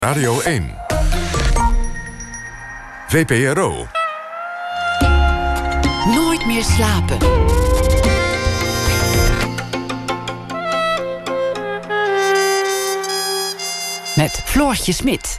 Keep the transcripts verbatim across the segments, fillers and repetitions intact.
Radio één. V P R O. Nooit meer slapen. Met Floortje Smit.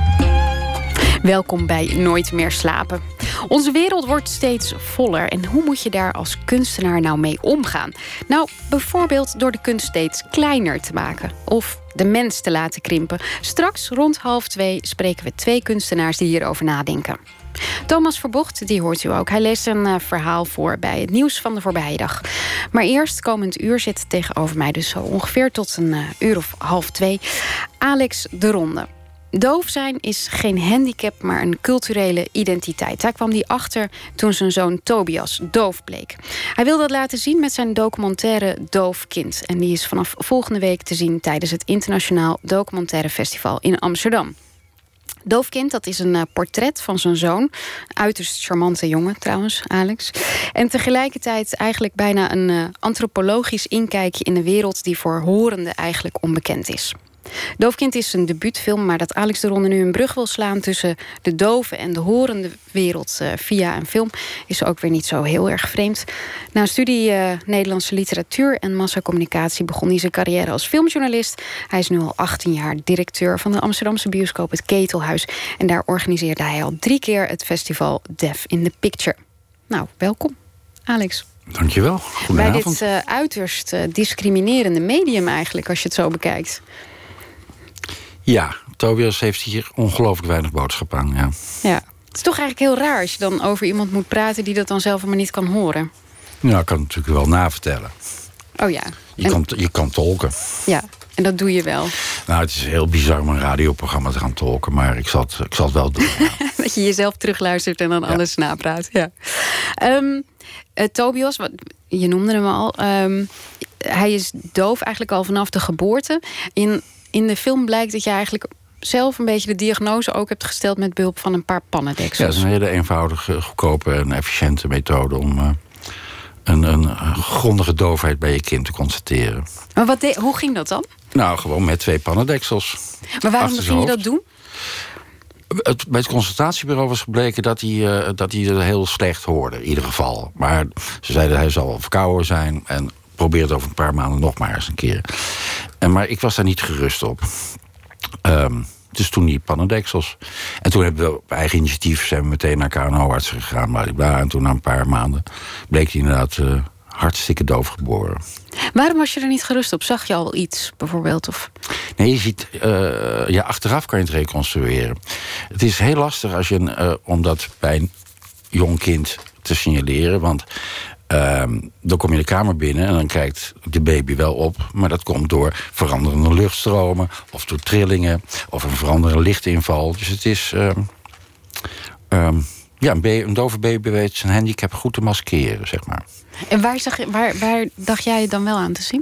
Welkom bij Nooit meer slapen. Onze wereld wordt steeds voller. En hoe moet je daar als kunstenaar nou mee omgaan? Nou, bijvoorbeeld door de kunst steeds kleiner te maken. Of de mens te laten krimpen. Straks rond half twee spreken we twee kunstenaars die hierover nadenken. Thomas Verbocht, die hoort u ook. Hij leest een uh, verhaal voor bij het nieuws van de voorbije dag. Maar eerst, komend uur zit tegenover mij dus zo ongeveer tot een uh, uur of half twee, Alex de Ronde. Doof zijn is geen handicap, maar een culturele identiteit. Daar kwam hij achter toen zijn zoon Tobias doof bleek. Hij wil dat laten zien met zijn documentaire Doof Kind. En die is vanaf volgende week te zien tijdens het Internationaal Documentaire Festival in Amsterdam. Doof Kind, dat is een uh, portret van zijn zoon. Uiterst charmante jongen trouwens, Alex. En tegelijkertijd eigenlijk bijna een uh, antropologisch inkijkje in een wereld die voor horenden eigenlijk onbekend is. Doof Kind is een debuutfilm, maar dat Alex de Ronde nu een brug wil slaan tussen de dove en de horende wereld uh, via een film is ook weer niet zo heel erg vreemd. Na een studie uh, Nederlandse literatuur en massacommunicatie begon hij zijn carrière als filmjournalist. Hij is nu al achttien jaar directeur van de Amsterdamse bioscoop Het Ketelhuis. En daar organiseerde hij al drie keer het festival Deaf in the Picture. Nou, welkom, Alex. Dankjewel. Goedenavond. Bij dit uh, uiterst uh, discriminerende medium eigenlijk, als je het zo bekijkt. Ja, Tobias heeft hier ongelooflijk weinig boodschap aan. Ja. ja, het is toch eigenlijk heel raar als je dan over iemand moet praten die dat dan zelf maar niet kan horen. Nou, ik kan het natuurlijk wel navertellen. Oh ja. Je, en... kan, je kan tolken. Ja, en dat doe je wel. Nou, het is heel bizar om een radioprogramma te gaan tolken, maar ik zal het, ik zal het wel doen. Ja. Dat je jezelf terugluistert en dan ja. alles napraat. Ja. Um, uh, Tobias, wat, je noemde hem al. Um, hij is doof eigenlijk al vanaf de geboorte. In... In de film blijkt dat je eigenlijk zelf een beetje de diagnose ook hebt gesteld met behulp van een paar pannendeksels. Ja, dat is een hele eenvoudige, goedkope en efficiënte methode om uh, een, een grondige doofheid bij je kind te constateren. Maar wat de, hoe ging dat dan? Nou, gewoon met twee pannendeksels. Maar waarom ging je dat doen? Het, bij het consultatiebureau was gebleken dat hij, uh, dat hij het heel slecht hoorde, in ieder geval. Maar ze zeiden hij zal wel verkouden zijn en probeer het over een paar maanden nog maar eens een keer. En, maar ik was daar niet gerust op. Um, dus toen die pannendeksels. En toen hebben we op eigen initiatief zijn we meteen naar K N O-artsen gegaan. Bladibla, en toen na een paar maanden bleek hij inderdaad uh, hartstikke doof geboren. Waarom was je er niet gerust op? Zag je al iets bijvoorbeeld? Of? Nee, je ziet, uh, ja, achteraf kan je het reconstrueren. Het is heel lastig als je, uh, om dat bij een jong kind te signaleren. Want Um, dan kom je de kamer binnen en dan kijkt de baby wel op. Maar dat komt door veranderende luchtstromen of door trillingen of een veranderende lichtinval. Dus het is Um, um, ja, een, een dove baby weet zijn handicap goed te maskeren, zeg maar. En waar, zag je, waar, waar dacht jij het dan wel aan te zien?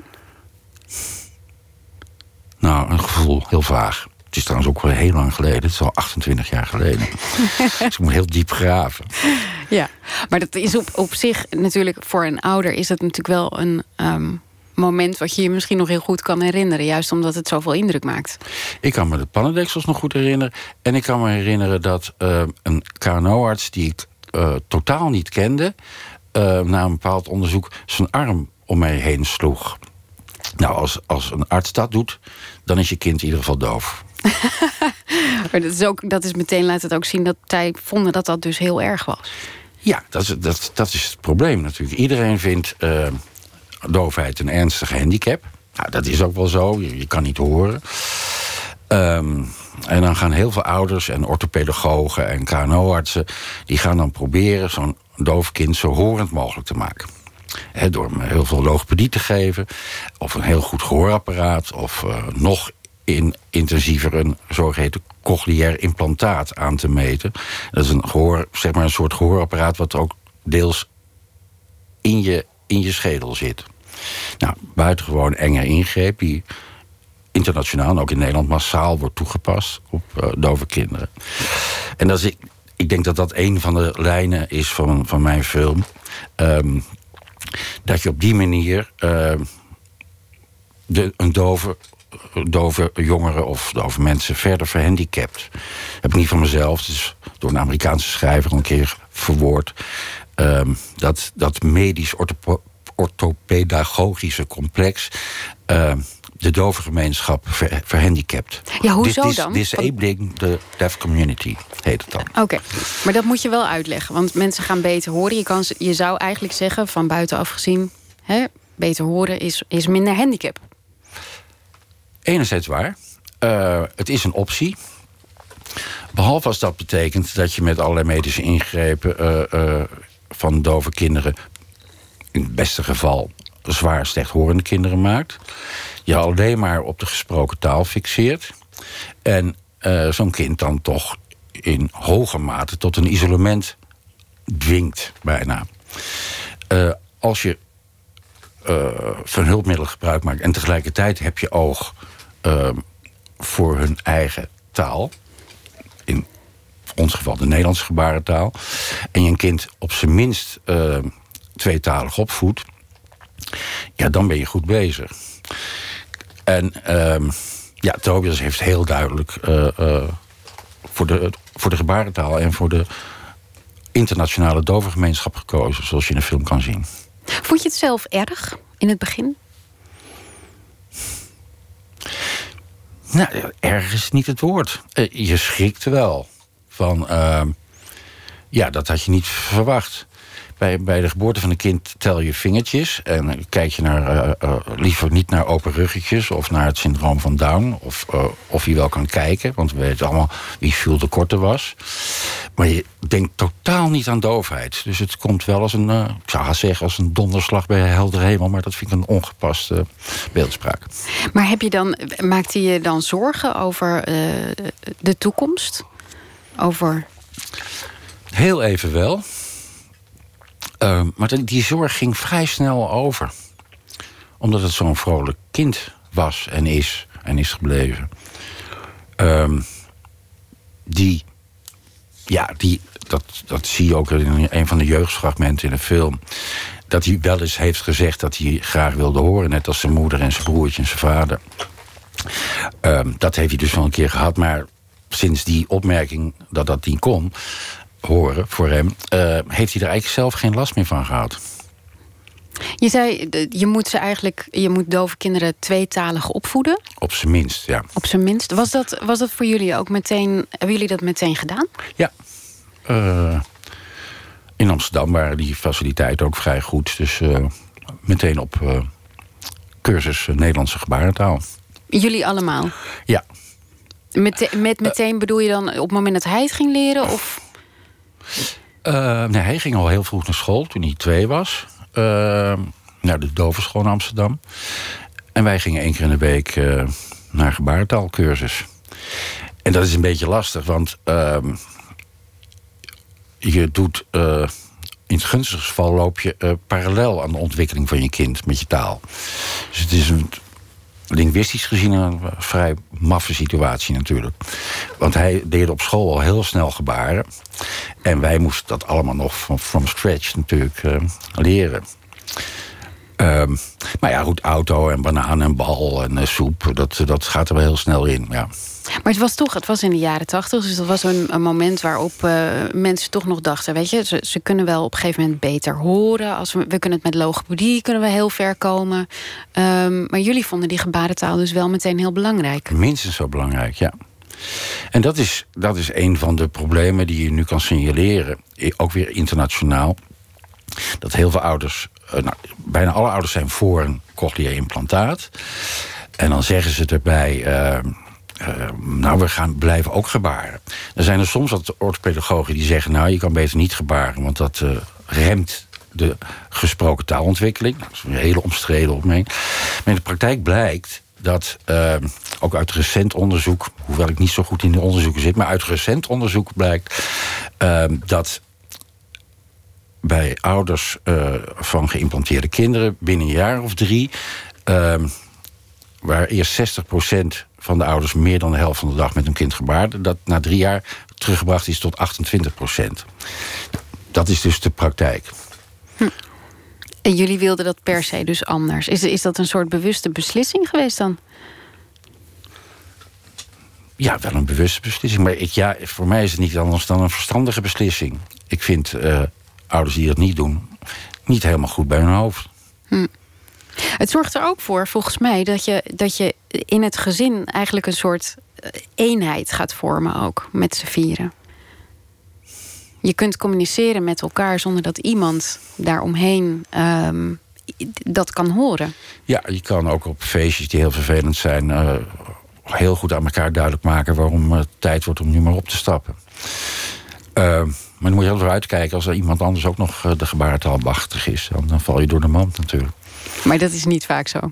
Nou, een gevoel, heel vaag. Het is trouwens ook wel heel lang geleden. Het is al achtentwintig jaar geleden. Dus ik moet heel diep graven. Ja, maar dat is op, op zich natuurlijk voor een ouder is dat natuurlijk wel een um, moment wat je je misschien nog heel goed kan herinneren. Juist omdat het zoveel indruk maakt. Ik kan me de pannendeksels nog goed herinneren. En ik kan me herinneren dat uh, een K N O-arts die ik uh, totaal niet kende, Uh, na een bepaald onderzoek zijn arm om mij heen sloeg. Nou, als, als een arts dat doet, dan is je kind in ieder geval doof. Maar dat is, ook, dat is meteen, laat het ook zien dat zij vonden dat dat dus heel erg was. Ja, dat is, dat, dat is het probleem natuurlijk. Iedereen vindt uh, doofheid een ernstige handicap. Nou, dat is ook wel zo, je, je kan niet horen. Um, en dan gaan heel veel ouders en orthopedagogen en K N O-artsen... die gaan dan proberen zo'n doof kind zo horend mogelijk te maken. He, door hem heel veel logopedie te geven, of een heel goed gehoorapparaat, of uh, nog in, intensiever een zogeheten cochleair implantaat aan te meten. Dat is een, gehoor, zeg maar een soort gehoorapparaat wat ook deels in je, in je schedel zit. Nou, buitengewoon enge ingreep die internationaal en ook in Nederland massaal wordt toegepast op uh, dove kinderen. En dat is, ik, ik denk dat dat een van de lijnen is van, van mijn film. Um, dat je op die manier uh, de, een dove dove jongeren of dove mensen verder verhandicapt. Dat heb ik niet van mezelf. Het is door een Amerikaanse schrijver een keer verwoord. Um, dat, dat medisch orthopo- orthopedagogische complex Uh, de dove gemeenschap ver, verhandicapt. Ja, hoezo dis, dis, dan? Disabling the deaf community, heet het dan. Oké, okay. Maar dat moet je wel uitleggen. Want mensen gaan beter horen. Je, kan, je zou eigenlijk zeggen, van buitenaf gezien, hè, beter horen is, is minder handicap. Enerzijds waar. Uh, het is een optie. Behalve als dat betekent dat je met allerlei medische ingrepen Uh, uh, van dove kinderen, in het beste geval zwaar slechthorende kinderen maakt. Je alleen maar op de gesproken taal fixeert. En uh, zo'n kind dan toch in hoge mate tot een isolement dwingt, bijna. Uh, als je uh, van hulpmiddelen gebruik maakt en tegelijkertijd heb je oog uh, voor hun eigen taal, in ons geval de Nederlandse gebarentaal, en je een kind op zijn minst uh, tweetalig opvoedt, ja, dan ben je goed bezig. En uh, ja, Tobias heeft heel duidelijk uh, uh, voor, de, voor de gebarentaal en voor de internationale dovengemeenschap gekozen, zoals je in de film kan zien. Vond je het zelf erg in het begin? Nou, erg is niet het woord. Uh, je schrikt wel van, uh, ja, dat had je niet verwacht. Bij, bij de geboorte van een kind tel je vingertjes en kijk je naar, uh, uh, liever niet naar open ruggetjes of naar het syndroom van Down, of, uh, of je wel kan kijken, want we weten allemaal wie Jules de Korte was. Maar je denkt totaal niet aan doofheid. Dus het komt wel als een, uh, ik zou haast zeggen, als een donderslag bij heldere hemel, maar dat vind ik een ongepaste uh, beeldspraak. Maar heb je dan, maakte je dan zorgen over uh, de toekomst? Over... Heel even wel. Uh, maar die zorg ging vrij snel over. Omdat het zo'n vrolijk kind was en is en is gebleven. Um, die, ja, die, dat, dat zie je ook in een van de jeugdfragmenten in de film. Dat hij wel eens heeft gezegd dat hij graag wilde horen. Net als zijn moeder en zijn broertje en zijn vader. Um, dat heeft hij dus wel een keer gehad. Maar sinds die opmerking dat dat niet kon horen voor hem, Uh, heeft hij er eigenlijk zelf geen last meer van gehad. Je zei, je moet ze eigenlijk, je moet dove kinderen tweetalig opvoeden? Op zijn minst, ja. Op zijn minst. Was dat, was dat voor jullie ook meteen, hebben jullie dat meteen gedaan? Ja. Uh, in Amsterdam waren die faciliteiten ook vrij goed. Dus uh, meteen op uh, cursus uh, Nederlandse gebarentaal. Jullie allemaal? Ja. Met, met meteen uh, bedoel je dan op het moment dat hij het ging leren? Of? Uh, nee, hij ging al heel vroeg naar school toen hij twee was. Uh, naar de dovenschool in Amsterdam. En wij gingen één keer in de week uh, naar gebarentaalcursus. En dat is een beetje lastig, want Uh, je doet, uh, in het gunstigste geval loop je uh, parallel aan de ontwikkeling van je kind met je taal. Dus het is een, linguïstisch gezien een vrij maffe situatie natuurlijk. Want hij deed op school al heel snel gebaren. En wij moesten dat allemaal nog from, from scratch natuurlijk uh, leren. Um, maar ja, goed, auto en banaan en bal en uh, soep, dat, dat gaat er wel heel snel in, ja. Maar het was toch, het was in de jaren tachtig, dus dat was een, een moment waarop uh, mensen toch nog dachten, weet je, ze, ze kunnen wel op een gegeven moment beter horen. Als we, we kunnen het met logopedie, kunnen we heel ver komen. Um, maar jullie vonden die gebarentaal dus wel meteen heel belangrijk. Minstens zo belangrijk, ja. En dat is, dat is een van de problemen die je nu kan signaleren, ook weer internationaal. Dat heel veel ouders, uh, nou, bijna alle ouders zijn voor een cochleair implantaat. En dan zeggen ze erbij, Uh, Uh, nou, we gaan blijven ook gebaren. Er zijn er soms wat orthopedagogen die zeggen, nou, je kan beter niet gebaren, want dat uh, remt de gesproken taalontwikkeling. Dat is een hele omstreden opmerking. Maar in de praktijk blijkt dat, uh, ook uit recent onderzoek, hoewel ik niet zo goed in de onderzoeken zit, maar uit recent onderzoek blijkt uh, dat bij ouders uh, van geïmplanteerde kinderen binnen een jaar of drie, Uh, waar eerst zestig procent van de ouders meer dan de helft van de dag met hun kind gebaarde, dat na drie jaar teruggebracht is tot achtentwintig procent. Dat is dus de praktijk. Hm. En jullie wilden dat per se dus anders. Is, is dat een soort bewuste beslissing geweest dan? Ja, wel een bewuste beslissing. Maar ik, ja, voor mij is het niet anders dan een verstandige beslissing. Ik vind uh, ouders die dat niet doen, niet helemaal goed bij hun hoofd. Hm. Het zorgt er ook voor, volgens mij, dat je, dat je in het gezin eigenlijk een soort eenheid gaat vormen ook, met z'n vieren. Je kunt communiceren met elkaar zonder dat iemand daaromheen um, dat kan horen. Ja, je kan ook op feestjes die heel vervelend zijn Uh, heel goed aan elkaar duidelijk maken waarom het tijd wordt om nu maar op te stappen. Uh, maar dan moet je heel veel uitkijken als er iemand anders ook nog de gebarentaalmachtig is. Dan, dan val je door de mand natuurlijk. Maar dat is niet vaak zo.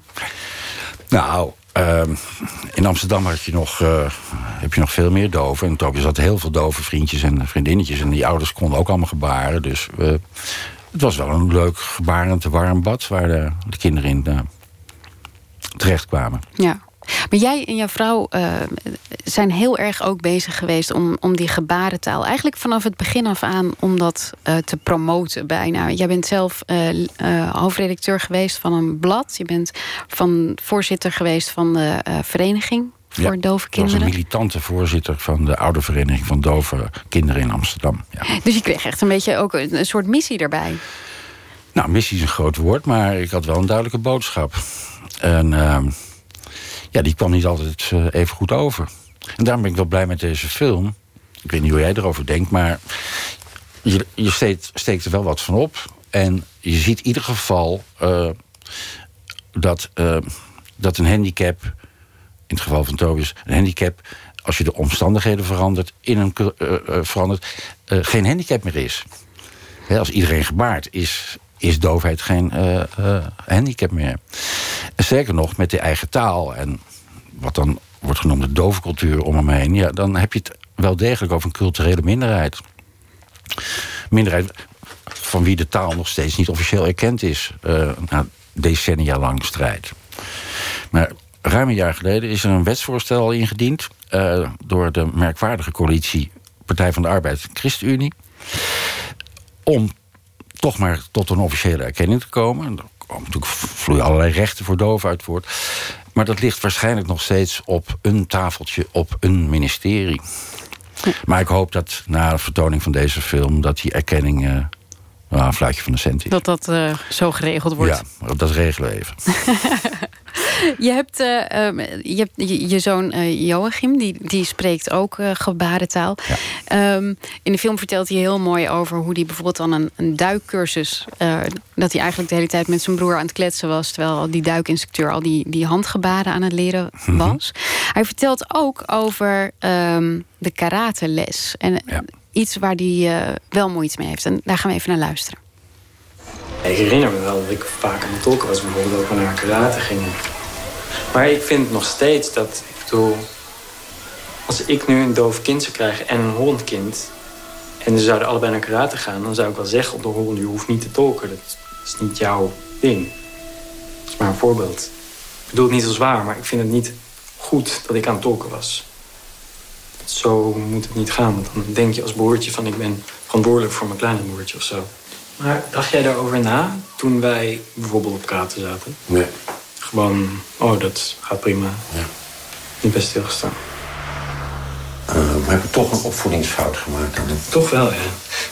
Nou, uh, in Amsterdam had je nog, uh, heb je nog veel meer doven. En Tobias had heel veel dove vriendjes en vriendinnetjes. En die ouders konden ook allemaal gebaren. Dus uh, het was wel een leuk gebarend warm bad waar de, de kinderen in uh, terechtkwamen. Ja. Maar jij en jouw vrouw uh, zijn heel erg ook bezig geweest om, om die gebarentaal, eigenlijk vanaf het begin af aan, om dat uh, te promoten bijna. Jij bent zelf uh, uh, hoofdredacteur geweest van een blad. Je bent van voorzitter geweest van de uh, vereniging voor ja, dove kinderen. Ik was een militante voorzitter van de oudervereniging van dove kinderen in Amsterdam. Ja. Dus je kreeg echt een beetje ook een, een soort missie daarbij. Nou, missie is een groot woord, maar ik had wel een duidelijke boodschap. En Uh, ja, die kwam niet altijd uh, even goed over. En daarom ben ik wel blij met deze film. Ik weet niet hoe jij erover denkt, maar je, je steekt, steekt er wel wat van op. En je ziet in ieder geval uh, dat, uh, dat een handicap, in het geval van Tobias, een handicap, als je de omstandigheden verandert, in een uh, uh, verandert, uh, geen handicap meer is. He, als iedereen gebaard is, is doofheid geen uh, uh, handicap meer. En sterker nog, met de eigen taal en wat dan wordt genoemd de dove cultuur om hem heen, ja, dan heb je het wel degelijk over een culturele minderheid. Minderheid van wie de taal nog steeds niet officieel erkend is, uh, na decennia lang strijd. Maar ruim een jaar geleden is er een wetsvoorstel al ingediend uh, door de merkwaardige coalitie Partij van de Arbeid en ChristenUnie, om toch maar tot een officiële erkenning te komen. En er komen natuurlijk vloeien allerlei rechten voor doven uit voort. Maar dat ligt waarschijnlijk nog steeds op een tafeltje op een ministerie. Ja. Maar ik hoop dat na de vertoning van deze film dat die erkenning uh, nou, een fluitje van de cent is. Dat dat uh, zo geregeld wordt. Ja, dat regelen we even. Je hebt, uh, um, je, hebt je, je zoon uh, Joachim, die, die spreekt ook uh, gebarentaal. Ja. Um, in de film vertelt hij heel mooi over hoe hij bijvoorbeeld dan een, een duikcursus, Uh, dat hij eigenlijk de hele tijd met zijn broer aan het kletsen was, terwijl die duikinstructeur al die, die handgebaren aan het leren was. Mm-hmm. Hij vertelt ook over um, de karateles. En ja. iets waar hij uh, wel moeite mee heeft. En daar gaan we even naar luisteren. Ik herinner me wel dat ik vaak aan het tolken was, bijvoorbeeld ook naar karate gingen. Maar ik vind nog steeds dat, ik bedoel, als ik nu een doof kind zou krijgen en een horend kind, en ze zouden allebei naar karate gaan, dan zou ik wel zeggen op de horende, je hoeft niet te tolken. Dat is niet jouw ding. Dat is maar een voorbeeld. Ik bedoel het niet zo zwaar, maar ik vind het niet goed dat ik aan het tolken was. Zo moet het niet gaan, want dan denk je als broertje van ik ben verantwoordelijk voor mijn kleine broertje of zo. Maar dacht jij daarover na toen wij bijvoorbeeld op karate zaten? Nee. Gewoon, oh, dat gaat prima. Ja. Niet best stilgestaan. Uh, we hebben toch een opvoedingsfout gemaakt. Dan. Toch wel, ja.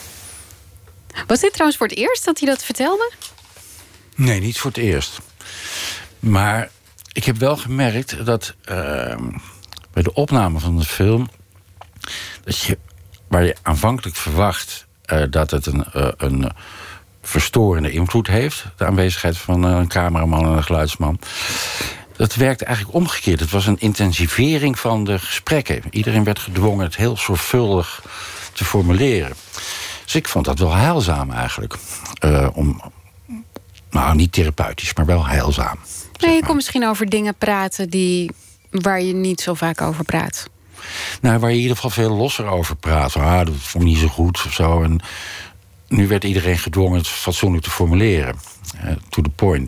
Was dit trouwens voor het eerst dat hij dat vertelde? Nee, niet voor het eerst. Maar ik heb wel gemerkt dat uh, bij de opname van de film, dat je, waar je aanvankelijk verwacht uh, dat het een, uh, een verstorende invloed heeft, de aanwezigheid van uh, een cameraman en een geluidsman, dat werkte eigenlijk omgekeerd. Het was een intensivering van de gesprekken. Iedereen werd gedwongen het heel zorgvuldig te formuleren. Dus ik vond dat wel heilzaam eigenlijk. Uh, om, nou, niet therapeutisch, maar wel heilzaam. Nee, je kon misschien over dingen praten die, waar je niet zo vaak over praat. Nou, waar je in ieder geval veel losser over praat. Ah, dat vond ik niet zo goed of zo. En nu werd iedereen gedwongen het fatsoenlijk te formuleren. Uh, to the point.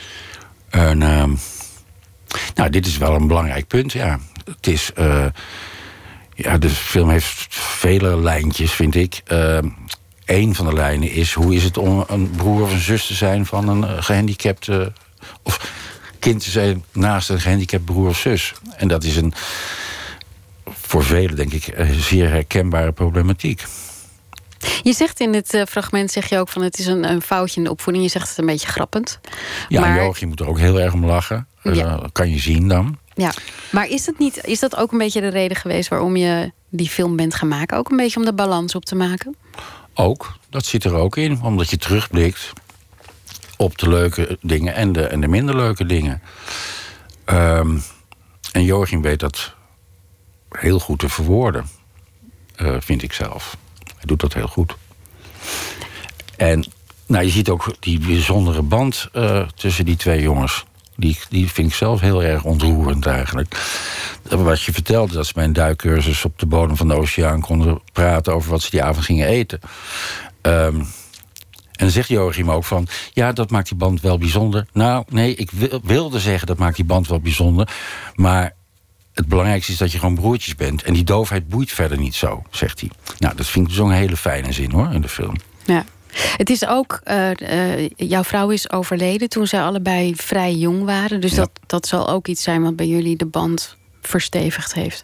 En uh, nou, dit is wel een belangrijk punt, ja. Het is, uh, ja, de film heeft vele lijntjes, vind ik. Uh, Eén van de lijnen is, hoe is het om een broer of een zus te zijn van een uh, gehandicapte, of kind te zijn naast een gehandicapt broer of zus. En dat is een voor velen, denk ik, een zeer herkenbare problematiek. Je zegt in dit uh, fragment, zeg je ook van het is een, een foutje in de opvoeding. Je zegt het een beetje grappend. Ja, maar... Joachim moet er ook heel erg om lachen. Ja. Uh, kan je zien dan. Ja, maar is dat, niet, is dat ook een beetje de reden geweest waarom je die film bent gaan maken? Ook een beetje om de balans op te maken? Ook, dat zit er ook in. Omdat je terugblikt op de leuke dingen en de, en de minder leuke dingen. Um, en Joachim weet dat heel goed te verwoorden. Uh, vind ik zelf. Hij doet dat heel goed. En nou, je ziet ook die bijzondere band uh, tussen die twee jongens. Die, die vind ik zelf heel erg ontroerend eigenlijk. Wat je vertelde, dat ze bij een duikcursus op de bodem van de oceaan konden praten over wat ze die avond gingen eten. Um, en dan zegt Joachim ook van, ja, dat maakt die band wel bijzonder. Nou, nee, ik wil, wilde zeggen, dat maakt die band wel bijzonder. Maar het belangrijkste is dat je gewoon broertjes bent. En die doofheid boeit verder niet zo, zegt hij. Nou, dat vind ik zo'n hele fijne zin, hoor, in de film. Ja. Het is ook, uh, uh, jouw vrouw is overleden toen zij allebei vrij jong waren. Dus ja. dat, dat zal ook iets zijn wat bij jullie de band verstevigd heeft.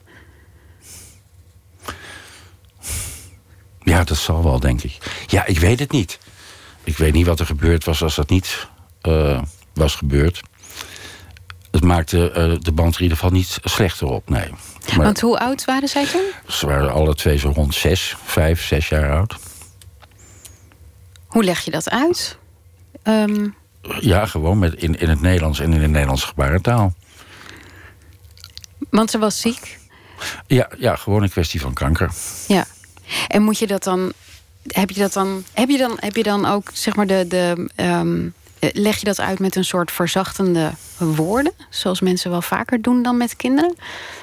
Ja, dat zal wel, denk ik. Ja, ik weet het niet. Ik weet niet wat er gebeurd was als dat niet uh, was gebeurd. Het maakte uh, de band in ieder geval niet slechter op, nee. Maar, want hoe oud waren zij toen? Ze waren alle twee zo rond zes, vijf, zes jaar oud. Hoe leg je dat uit? Um... Ja, gewoon met in, in het Nederlands en in de Nederlandse gebarentaal. Want ze was ziek? Ja, ja, gewoon een kwestie van kanker. Ja. En moet je dat dan... Heb je dat dan... Heb je dan, heb je dan ook, zeg maar, de... de um, leg je dat uit met een soort verzachtende woorden? Zoals mensen wel vaker doen dan met kinderen?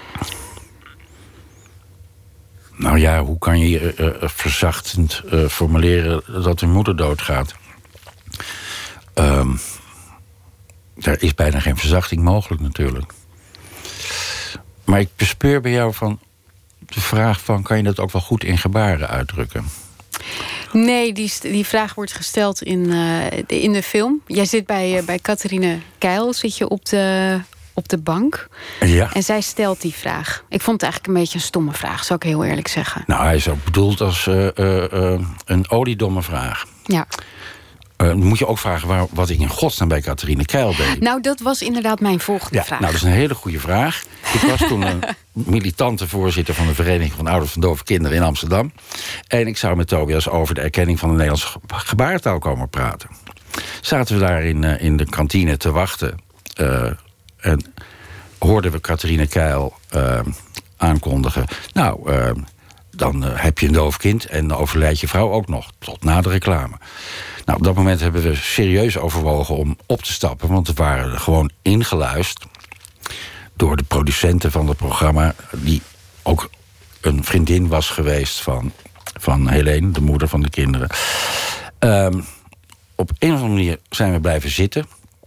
Nou ja, hoe kan je uh, verzachtend uh, formuleren dat hun moeder doodgaat? Um, er is bijna geen verzachting mogelijk natuurlijk. Maar ik bespeur bij jou van de vraag van, kan je dat ook wel goed in gebaren uitdrukken? Nee, die, die vraag wordt gesteld in, uh, de, in de film. Jij zit bij, uh, bij Catharine Keil, zit je op de, op de bank. Ja. En zij stelt die vraag. Ik vond het eigenlijk een beetje een stomme vraag, zou ik heel eerlijk zeggen. Nou, hij is ook bedoeld als uh, uh, uh, een oliedomme vraag. Ja. Uh, dan moet je ook vragen waar, wat ik in godsnaam bij Catharine Keil deed. Nou, dat was inderdaad mijn volgende ja, vraag. Nou, dat is een hele goede vraag. Ik was toen een militante voorzitter van de Vereniging van Ouders van Dove Kinderen in Amsterdam. En ik zou met Tobias over de erkenning van de Nederlandse gebarentaal komen praten. Zaten we daar in, uh, in de kantine te wachten. Uh, en hoorden we Catharine Keil uh, aankondigen. Nou, uh, dan uh, heb je een doof kind en dan overlijdt je vrouw ook nog. Tot na de reclame. Nou, op dat moment hebben we serieus overwogen om op te stappen. Want we waren gewoon ingeluisterd door de producenten van het programma, die ook een vriendin was geweest van, van Helene, de moeder van de kinderen. Um, op een of andere manier zijn we blijven zitten.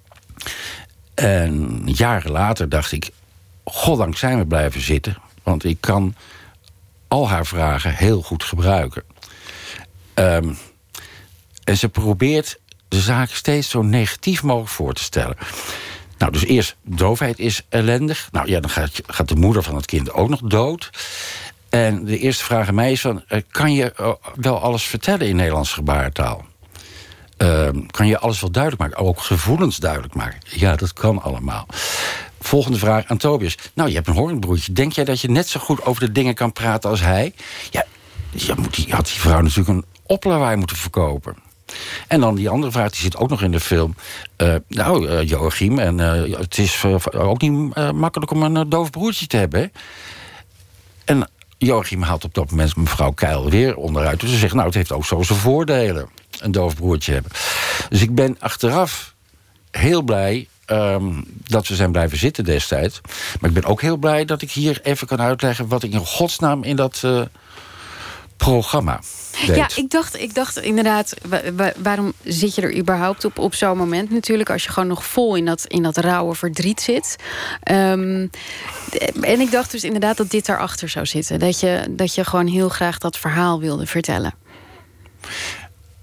En jaren later dacht ik, goddank zijn we blijven zitten. Want ik kan al haar vragen heel goed gebruiken. Um, en ze probeert de zaak steeds zo negatief mogelijk voor te stellen. Nou, dus eerst, doofheid is ellendig. Nou ja, dan gaat, gaat de moeder van het kind ook nog dood. En de eerste vraag aan mij is van, uh, kan je uh, wel alles vertellen in Nederlandse gebarentaal? Uh, kan je alles wel duidelijk maken? Ook gevoelens duidelijk maken? Ja, dat kan allemaal. Volgende vraag aan Tobias. Nou, je hebt een hoornbroertje. Denk jij dat je net zo goed over de dingen kan praten als hij? Ja, je moet, die, had die vrouw natuurlijk een oplawaai moeten verkopen. En dan die andere vraag, die zit ook nog in de film. Uh, nou, uh, Joachim, en uh, het is uh, ook niet uh, makkelijk om een uh, doof broertje te hebben. Hè? En Joachim haalt op dat moment mevrouw Keil weer onderuit. Dus ze zegt, nou, het heeft ook zo zijn voordelen, een doof broertje hebben. Dus ik ben achteraf heel blij um, dat we zijn blijven zitten destijds. Maar ik ben ook heel blij dat ik hier even kan uitleggen wat ik in godsnaam in dat uh, programma deed. Ja, ik dacht, ik dacht inderdaad, wa- wa- waarom zit je er überhaupt op op zo'n moment natuurlijk, als je gewoon nog vol in dat, in dat rauwe verdriet zit. Um, en ik dacht dus inderdaad dat dit daarachter zou zitten. Dat je, dat je gewoon heel graag dat verhaal wilde vertellen.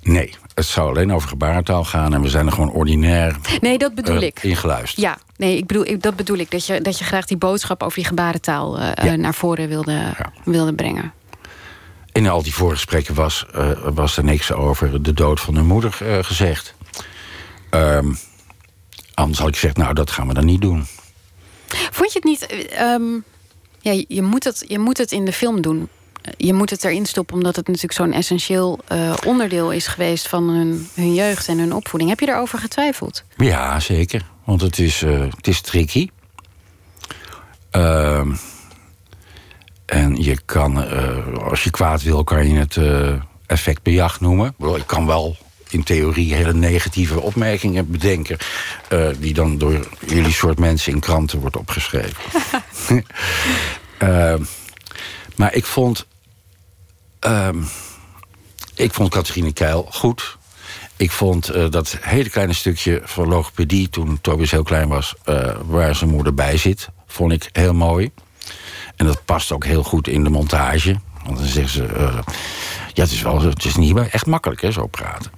Nee, het zou alleen over gebarentaal gaan en we zijn er gewoon ordinair Nee, dat bedoel uh, ik. ingeluisterd. Ja, nee, ik bedoel, ik, dat bedoel ik. Dat je, dat je graag die boodschap over je gebarentaal uh, ja. naar voren wilde, ja. wilde brengen. In al die voorgesprekken was, uh, was er niks over de dood van hun moeder uh, gezegd. Um, anders had ik gezegd, nou, dat gaan we dan niet doen. Vond je het niet... Um, ja, je moet het, je moet het in de film doen. Je moet het erin stoppen, omdat het natuurlijk zo'n essentieel uh, onderdeel is geweest van hun, hun jeugd en hun opvoeding. Heb je daarover getwijfeld? Ja, zeker. Want het is, uh, het is tricky. Uh, en je kan, uh, als je kwaad wil, kan je het uh, effect bejag noemen. Ik kan wel in theorie hele negatieve opmerkingen bedenken, Uh, die dan door jullie soort mensen in kranten wordt opgeschreven. uh, maar ik vond... Uh, ik vond Catherine Keil goed. Ik vond uh, dat hele kleine stukje van logopedie, toen Tobias heel klein was, Uh, waar zijn moeder bij zit, vond ik heel mooi. En dat past ook heel goed in de montage. Want dan zeggen ze, Uh, ja, het is, wel, het is niet echt makkelijk, hè, zo praten.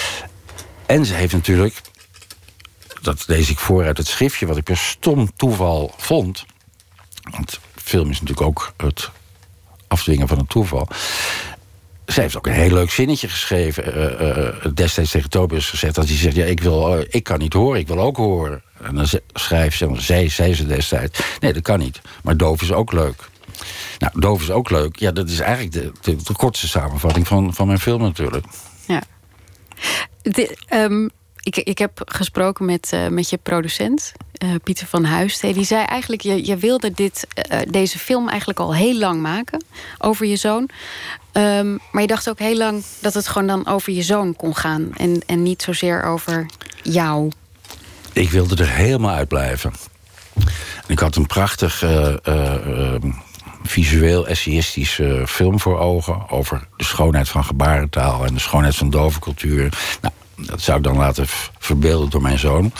En ze heeft natuurlijk, dat lees ik voor uit het schriftje, wat ik per stom toeval vond. Want film is natuurlijk ook het afdwingen van een toeval. Zij heeft ook een heel leuk zinnetje geschreven. Uh, uh, destijds tegen Tobias gezegd, dat hij zegt, ja, ik, wil, uh, ik kan niet horen, ik wil ook horen. En dan schrijft ze, zei, zei ze destijds, nee, dat kan niet. Maar doof is ook leuk. Nou, doof is ook leuk. Ja, dat is eigenlijk de, de, de kortste samenvatting van, van mijn film natuurlijk. Ja. De, um, ik, ik heb gesproken met, uh, met je producent, uh, Pieter van Huisten. Die zei eigenlijk, je, je wilde dit, uh, deze film eigenlijk al heel lang maken over je zoon. Um, maar je dacht ook heel lang dat het gewoon dan over je zoon kon gaan. En, en niet zozeer over jou. Ik wilde er helemaal uit blijven. Ik had een prachtig Uh, uh, uh, visueel essayistisch uh, film voor ogen over de schoonheid van gebarentaal en de schoonheid van dovencultuur. Nou, dat zou ik dan laten verbeelden door mijn zoon.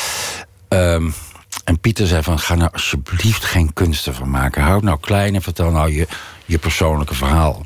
Um, en Pieter zei van, ga nou alsjeblieft geen kunsten van maken. Houd nou klein en vertel nou je, je persoonlijke verhaal.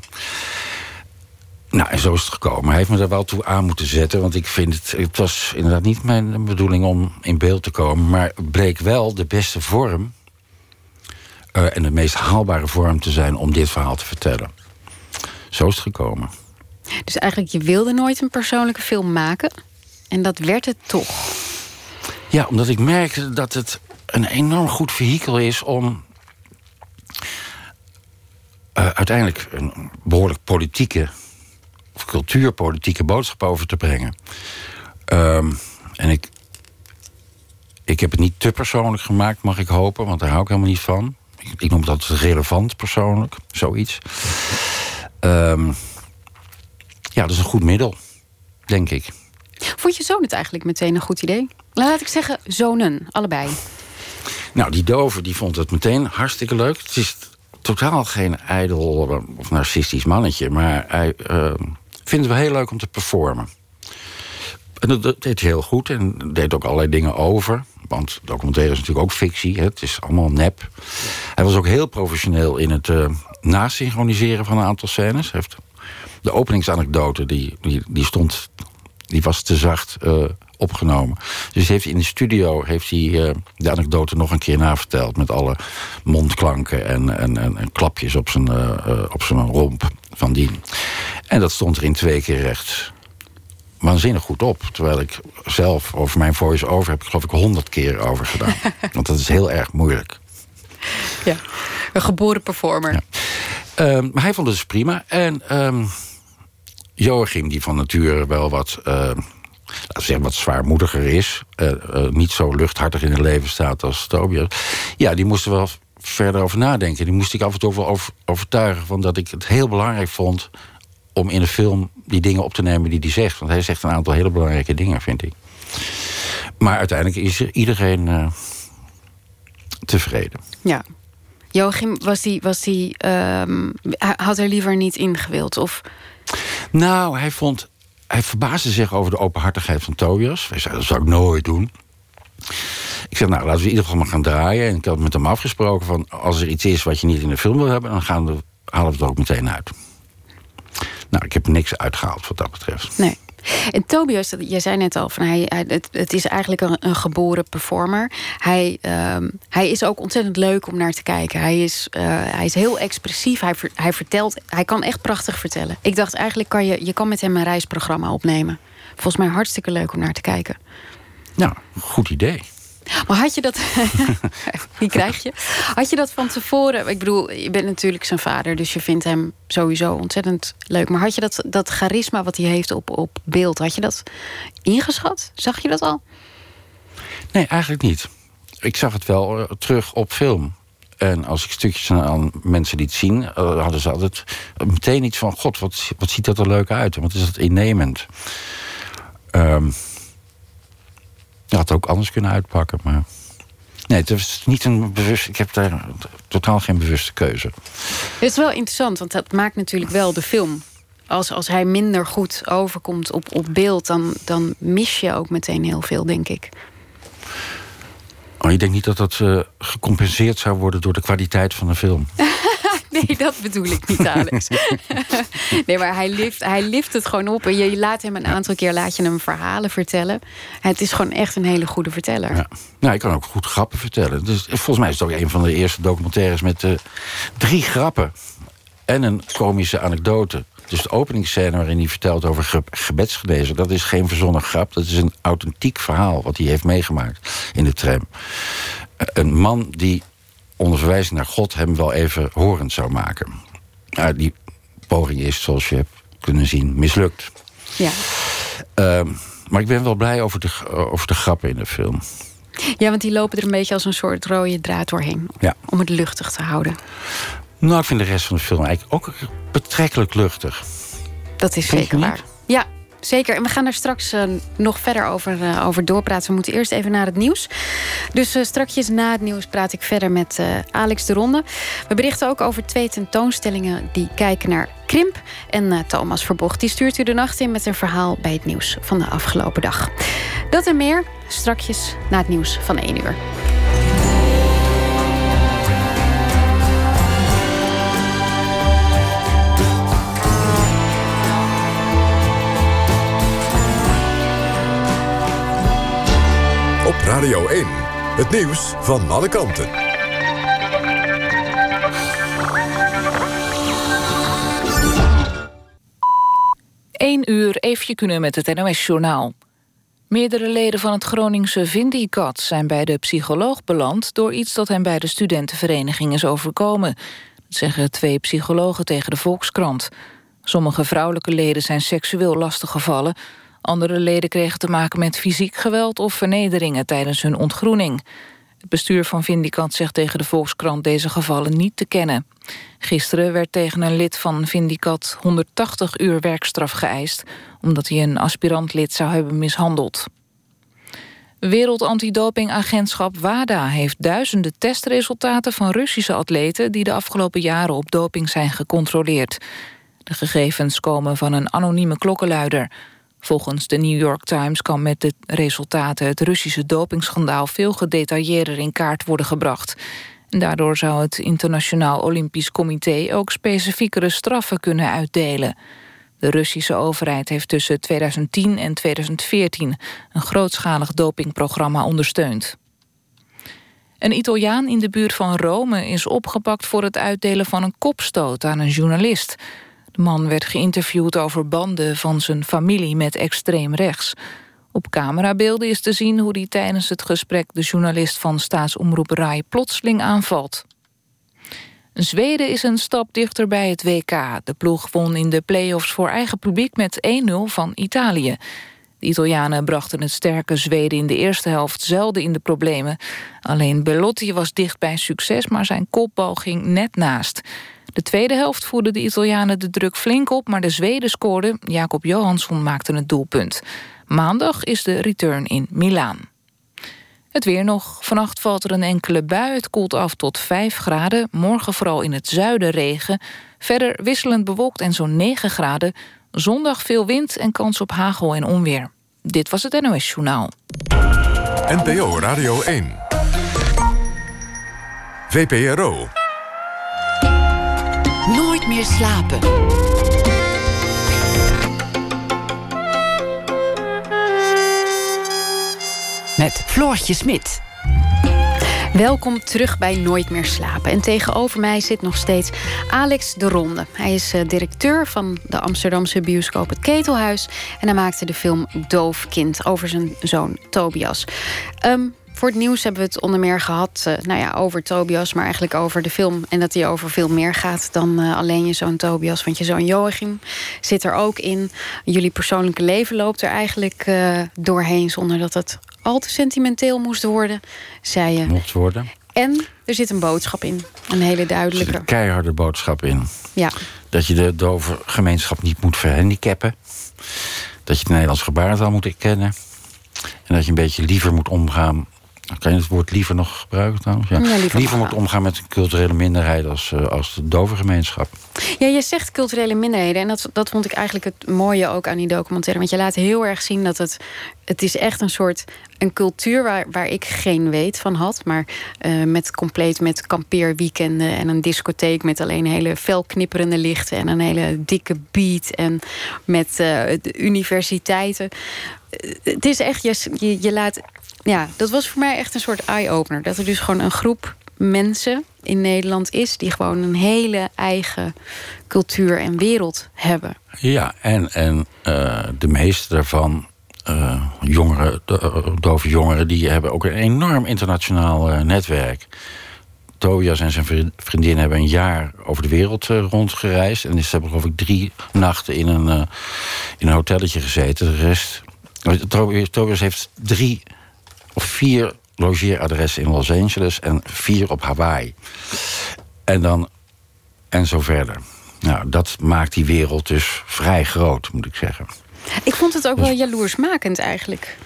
Nou, en zo is het gekomen. Hij heeft me er wel toe aan moeten zetten, want ik vind het, het was inderdaad niet mijn bedoeling om in beeld te komen, maar het bleek wel de beste vorm Uh, en de meest haalbare vorm te zijn om dit verhaal te vertellen. Zo is het gekomen. Dus eigenlijk, je wilde nooit een persoonlijke film maken. En dat werd het toch. Ja, omdat ik merkte dat het een enorm goed vehikel is om Uh, uiteindelijk een behoorlijk politieke of cultuurpolitieke boodschap over te brengen. Um, en ik, ik heb het niet te persoonlijk gemaakt, mag ik hopen, want daar hou ik helemaal niet van. Ik noem het altijd relevant persoonlijk, zoiets. Um, ja, dat is een goed middel, denk ik. Vond je zoon het eigenlijk meteen een goed idee? Laat ik zeggen, zonen, allebei. Nou, die dove die vond het meteen hartstikke leuk. Het is totaal geen ijdel of narcistisch mannetje, maar hij uh, vindt het wel heel leuk om te performen. En dat, dat deed hij heel goed en deed ook allerlei dingen over. Want documentaire is natuurlijk ook fictie, hè? Het is allemaal nep. Hij was ook heel professioneel in het uh, nasynchroniseren van een aantal scènes. Hij heeft de openingsanekdote, die, die, die stond, die was te zacht uh, opgenomen. Dus heeft hij in de studio heeft hij, uh, de anekdote nog een keer naverteld, met alle mondklanken en, en, en, en klapjes op zijn, uh, uh, op zijn romp van die. En dat stond er in twee keer recht waanzinnig goed op. Terwijl ik zelf over mijn voice-over heb ik geloof ik honderd keer over gedaan. Want dat is heel erg moeilijk. Ja, een geboren performer. Ja. Um, maar hij vond het dus prima. En um, Joachim, die van nature wel wat, uh, laten we zeggen, wat zwaarmoediger is, Uh, uh, niet zo luchthartig in het leven staat als Tobias. Ja, die moest er wel verder over nadenken. Die moest ik af en toe wel over, overtuigen van dat ik het heel belangrijk vond om in de film die dingen op te nemen die hij zegt. Want hij zegt een aantal hele belangrijke dingen, vind ik. Maar uiteindelijk is er iedereen uh, tevreden. Ja. Joachim, was die, was die, um, had er liever niet in gewild? Of? Nou, hij vond, hij verbaasde zich over de openhartigheid van Tobias. Hij zei, dat zou ik nooit doen. Ik zeg, nou, laten we in ieder geval maar gaan draaien. En ik had met hem afgesproken van, als er iets is wat je niet in de film wil hebben, dan gaan we, halen we het er ook meteen uit. Nou, ik heb niks uitgehaald wat dat betreft. Nee. En Tobias, jij zei net al, van hij, hij, het, het is eigenlijk een, een geboren performer. Hij, um, hij is ook ontzettend leuk om naar te kijken. Hij is, uh, hij is heel expressief. Hij, ver, hij vertelt, hij kan echt prachtig vertellen. Ik dacht eigenlijk, kan je, je kan met hem een reisprogramma opnemen. Volgens mij hartstikke leuk om naar te kijken. Nou, goed idee. Maar had je dat... Die krijg je. Had je dat van tevoren... Ik bedoel, je bent natuurlijk zijn vader, dus je vindt hem sowieso ontzettend leuk. Maar had je dat, dat charisma wat hij heeft op, op beeld, had je dat ingeschat? Zag je dat al? Nee, eigenlijk niet. Ik zag het wel uh, terug op film. En als ik stukjes aan mensen liet zien, uh, hadden ze altijd meteen iets van... God, wat, wat ziet dat er leuk uit? Want is dat innemend? Um, Je had het ook anders kunnen uitpakken, maar... Nee, het is niet een bewust... Ik heb daar totaal geen bewuste keuze. Het is wel interessant, want dat maakt natuurlijk wel de film. Als, als hij minder goed overkomt op, op beeld... Dan, dan mis je ook meteen heel veel, denk ik. Oh, je denkt niet dat dat uh, gecompenseerd zou worden... door de kwaliteit van de film? Nee, dat bedoel ik niet, Alex. Nee, maar hij lift, hij lift het gewoon op. En je laat hem een aantal keer laat je hem verhalen vertellen. Het is gewoon echt een hele goede verteller. Ja. Nou, ik kan ook goed grappen vertellen. Dus, volgens mij is het ook een van de eerste documentaires... met uh, drie grappen en een komische anekdote. Dus de openingsscène waarin hij vertelt over ge- gebedsgelezen... dat is geen verzonnen grap, dat is een authentiek verhaal... wat hij heeft meegemaakt in de tram. Uh, een man die... onder verwijzing naar God hem wel even horend zou maken. Nou, die poging is, zoals je hebt kunnen zien, mislukt. Ja. Uh, maar ik ben wel blij over de, over de grappen in de film. Ja, want die lopen er een beetje als een soort rode draad doorheen. Ja. Om het luchtig te houden. Nou, ik vind de rest van de film eigenlijk ook betrekkelijk luchtig. Dat is vind zeker waar. Ja, zeker. En we gaan daar straks uh, nog verder over, uh, over doorpraten. We moeten eerst even naar het nieuws. Dus uh, strakjes na het nieuws praat ik verder met uh, Alex de Ronde. We berichten ook over twee tentoonstellingen die kijken naar krimp. En uh, Thomas Verbocht die stuurt u de nacht in met een verhaal bij het nieuws van de afgelopen dag. Dat en meer strakjes na het nieuws van één uur. Op Radio één, het nieuws van alle kanten. Eén uur, Eefje Kunnen met het N O S-journaal. Meerdere leden van het Groningse Vindicat zijn bij de psycholoog beland... door iets dat hen bij de studentenvereniging is overkomen. Dat zeggen twee psychologen tegen de Volkskrant. Sommige vrouwelijke leden zijn seksueel lastiggevallen... Andere leden kregen te maken met fysiek geweld of vernederingen tijdens hun ontgroening. Het bestuur van Vindicat zegt tegen de Volkskrant deze gevallen niet te kennen. Gisteren werd tegen een lid van Vindicat honderdtachtig uur werkstraf geëist... omdat hij een aspirantlid zou hebben mishandeld. Wereld Antidopingagentschap WADA heeft duizenden testresultaten van Russische atleten... die de afgelopen jaren op doping zijn gecontroleerd. De gegevens komen van een anonieme klokkenluider... Volgens de New York Times kan met de resultaten het Russische dopingschandaal veel gedetailleerder in kaart worden gebracht. En daardoor zou het Internationaal Olympisch Comité ook specifiekere straffen kunnen uitdelen. De Russische overheid heeft tussen tweeduizend tien en tweeduizend veertien een grootschalig dopingprogramma ondersteund. Een Italiaan in de buurt van Rome is opgepakt voor het uitdelen van een kopstoot aan een journalist. De man werd geïnterviewd over banden van zijn familie met extreem rechts. Op camerabeelden is te zien hoe hij tijdens het gesprek... de journalist van staatsomroep Rai plotseling aanvalt. Zweden is een stap dichter bij het W K. De ploeg won in de play-offs voor eigen publiek met één nul van Italië. De Italianen brachten het sterke Zweden in de eerste helft zelden in de problemen. Alleen Belotti was dicht bij succes, maar zijn kopbal ging net naast. De tweede helft voerden de Italianen de druk flink op... maar de Zweden scoorden. Jacob Johansson maakte het doelpunt. Maandag is de return in Milaan. Het weer nog. Vannacht valt er een enkele bui. Het koelt af tot vijf graden. Morgen vooral in het zuiden regen. Verder wisselend bewolkt en zo'n negen graden. Zondag veel wind en kans op hagel en onweer. Dit was het N O S-journaal. N P O Radio één. V P R O. Nooit meer slapen. met Floortje Smit. Welkom terug bij Nooit meer slapen. En tegenover mij zit nog steeds Alex de Ronde. Hij is uh, directeur van de Amsterdamse bioscoop Het Ketelhuis. En hij maakte de film Doof Kind over zijn zoon Tobias. Um, voor het nieuws hebben we het onder meer gehad uh, nou ja, over Tobias, maar eigenlijk over de film. En dat die over veel meer gaat dan uh, alleen je zoon Tobias. Want je zoon Joachim zit er ook in. Jullie persoonlijke leven loopt er eigenlijk uh, doorheen zonder dat het al te sentimenteel moest worden, zei je. Mocht worden. En er zit een boodschap in. Een hele duidelijke. Er zit een keiharde boodschap in. Ja. Dat je de dove gemeenschap niet moet verhandicappen. Dat je de Nederlands gebarentaal moet erkennen. En dat je een beetje liever moet omgaan. Kan je het woord liever nog gebruiken trouwens? Ja. Ja, liever liever moet omgaan met een culturele minderheid als, uh, als de dove gemeenschap. Ja, je zegt culturele minderheden. En dat, dat vond ik eigenlijk het mooie ook aan die documentaire. Want je laat heel erg zien dat het... Het is echt een soort een cultuur waar, waar ik geen weet van had. Maar uh, met compleet met kampeerweekenden en een discotheek met alleen hele felknipperende lichten en een hele dikke beat. En met uh, de universiteiten. Uh, het is echt, je, je, je laat... Ja, dat was voor mij echt een soort eye-opener. Dat er dus gewoon een groep mensen in Nederland is die gewoon een hele eigen cultuur en wereld hebben. Ja, en, en uh, de meeste daarvan, uh, jongeren, do, dove jongeren, die hebben ook een enorm internationaal uh, netwerk. Tobias en zijn vriendin hebben een jaar over de wereld uh, rondgereisd. En ze hebben geloof ik drie nachten in een, uh, in een hotelletje gezeten. De rest... Tobias heeft drie of vier logeeradressen in Los Angeles en vier op Hawaii. En dan en zo verder. Nou, dat maakt die wereld dus vrij groot, moet ik zeggen. Ik vond het ook dus, wel jaloersmakend eigenlijk.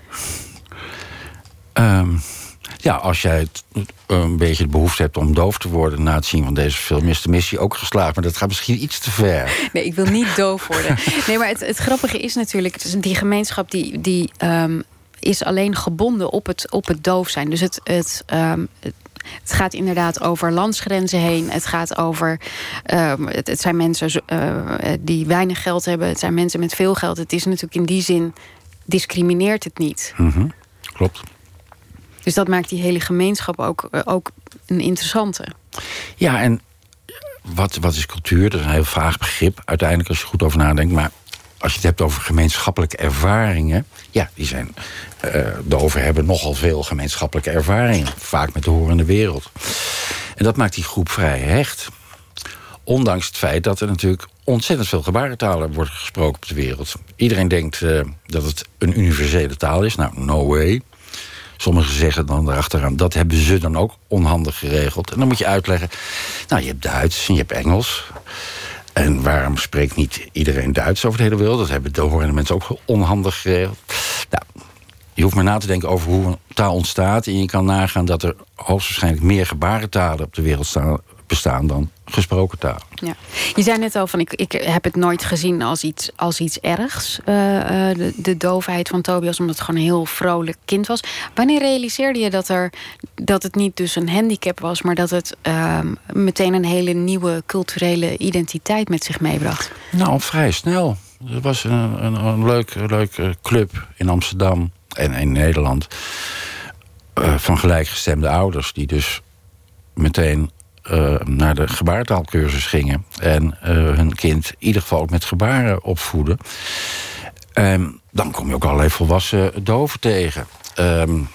Um, ja, als jij het, een beetje de behoefte hebt om doof te worden na het zien van deze film, is de missie ook geslaagd. Maar dat gaat misschien iets te ver. Nee, ik wil niet doof worden. Nee, maar het, het grappige is natuurlijk, die gemeenschap die, die um, is alleen gebonden op het, op het doof zijn. Dus het, het, um, het, het gaat inderdaad over landsgrenzen heen. Het gaat over... Um, het, het zijn mensen uh, die weinig geld hebben. Het zijn mensen met veel geld. Het is natuurlijk in die zin... discrimineert het niet. Mm-hmm. Klopt. Dus dat maakt die hele gemeenschap ook, uh, ook een interessante. Ja, en wat, wat is cultuur? Dat is een heel vaag begrip. Uiteindelijk, als je goed over nadenkt. Maar als je het hebt over gemeenschappelijke ervaringen... ja, die zijn... Uh, doven hebben nogal veel gemeenschappelijke ervaringen. Vaak met de horende wereld. En dat maakt die groep vrij hecht. Ondanks het feit dat er natuurlijk ontzettend veel gebarentalen wordt gesproken op de wereld. Iedereen denkt uh, dat het een universele taal is. Nou, no way. Sommigen zeggen dan erachteraan, dat hebben ze dan ook onhandig geregeld. En dan moet je uitleggen, nou, je hebt Duits en je hebt Engels. En waarom spreekt niet iedereen Duits over de hele wereld? Dat hebben de horende mensen ook onhandig geregeld. Nou, je hoeft maar na te denken over hoe een taal ontstaat. En je kan nagaan dat er hoogstwaarschijnlijk meer gebarentalen op de wereld staan, bestaan dan gesproken taal. Ja. Je zei net al van, ik, ik heb het nooit gezien als iets, als iets ergs. Uh, uh, de, de doofheid van Tobias, omdat het gewoon een heel vrolijk kind was. Wanneer realiseerde je dat, er, dat het niet dus een handicap was, maar dat het uh, meteen een hele nieuwe culturele identiteit met zich meebracht? Nou, vrij snel. Er was een, een, een leuk, leuk club in Amsterdam en in Nederland uh, van gelijkgestemde ouders die dus meteen Uh, naar de gebarentaalkursus gingen. En uh, hun kind in ieder geval ook met gebaren opvoeden. Um, dan kom je ook allerlei volwassen doven tegen. Um,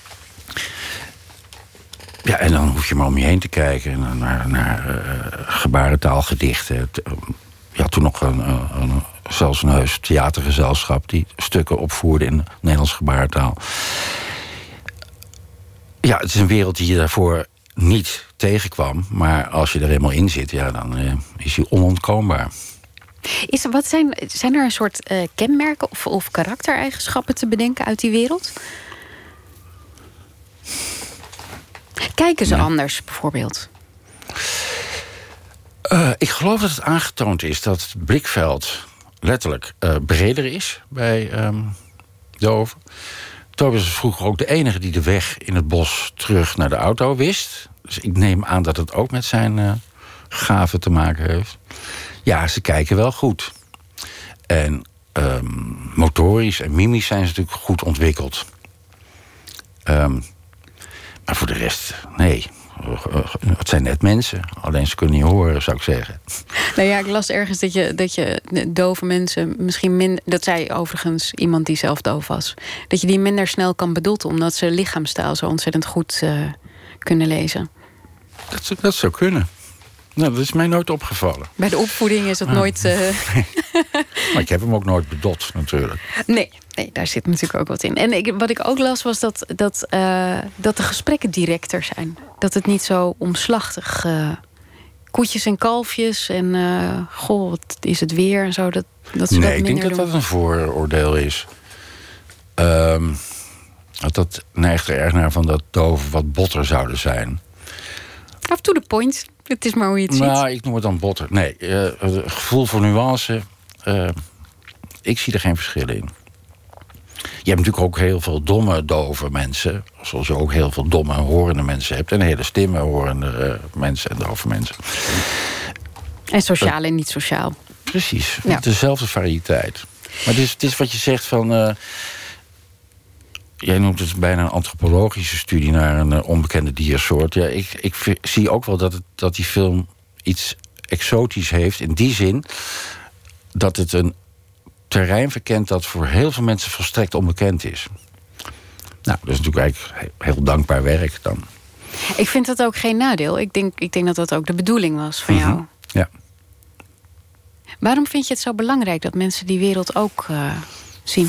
ja, en dan hoef je maar om je heen te kijken naar, naar uh, gebarentaalgedichten. Je had toen nog een, een, zelfs een heus theatergezelschap die stukken opvoerde in Nederlands gebarentaal. Ja, het is een wereld die je daarvoor niet tegenkwam, maar als je er eenmaal in zit, ja, dan uh, is hij onontkoombaar. Is, wat zijn, zijn er een soort uh, kenmerken of, of karaktereigenschappen te bedenken uit die wereld? Kijken ze ja. anders, bijvoorbeeld? Uh, ik geloof dat het aangetoond is dat het blikveld letterlijk uh, breder is bij um, doven. Tobias was vroeger ook de enige die de weg in het bos terug naar de auto wist. Dus ik neem aan dat het ook met zijn uh, gaven te maken heeft. Ja, ze kijken wel goed. En um, motorisch en mimisch zijn ze natuurlijk goed ontwikkeld. Um, maar voor de rest, nee. Het zijn net mensen. Alleen ze kunnen niet horen, zou ik zeggen. Nou ja, ik las ergens dat je, dat je dove mensen misschien minder... Dat zei overigens iemand die zelf doof was. Dat je die minder snel kan bedotten, omdat ze lichaamstaal zo ontzettend goed uh, kunnen lezen. Dat, dat zou kunnen. Nou, dat is mij nooit opgevallen. Bij de opvoeding is dat ah. nooit... Uh... maar ik heb hem ook nooit bedot, natuurlijk. Nee, nee, daar zit natuurlijk ook wat in. En ik, wat ik ook las was dat, dat, uh, dat de gesprekken directer zijn. Dat het niet zo omslachtig... Uh, koetjes en kalfjes en... Uh, goh, wat is het weer en zo. Dat, dat ze nee, dat ik denk doen. dat dat een vooroordeel is. Um, dat dat neigt er erg naar van dat doven wat botter zouden zijn. Af to the point. Het is maar hoe je het ziet. Nou, ik noem het dan botter. Nee, uh, het gevoel voor nuance... Uh, ik zie er geen verschil in. Je hebt natuurlijk ook heel veel domme, dove mensen. Zoals je ook heel veel domme, horende mensen hebt. En hele stimme, horende uh, mensen en dove mensen. En sociaal uh, en niet sociaal. Precies, ja. Dezelfde variëteit. Maar het is, het is wat je zegt van... Uh, jij noemt het bijna een antropologische studie naar een uh, onbekende diersoort. Ja, ik, ik v- zie ook wel dat, het, dat die film iets exotisch heeft. In die zin dat het een terrein verkent dat voor heel veel mensen volstrekt onbekend is. Nou, dat is natuurlijk eigenlijk heel dankbaar werk dan. Ik vind dat ook geen nadeel. Ik denk, ik denk dat dat ook de bedoeling was van mm-hmm. jou. Ja. Waarom vind je het zo belangrijk dat mensen die wereld ook uh, zien?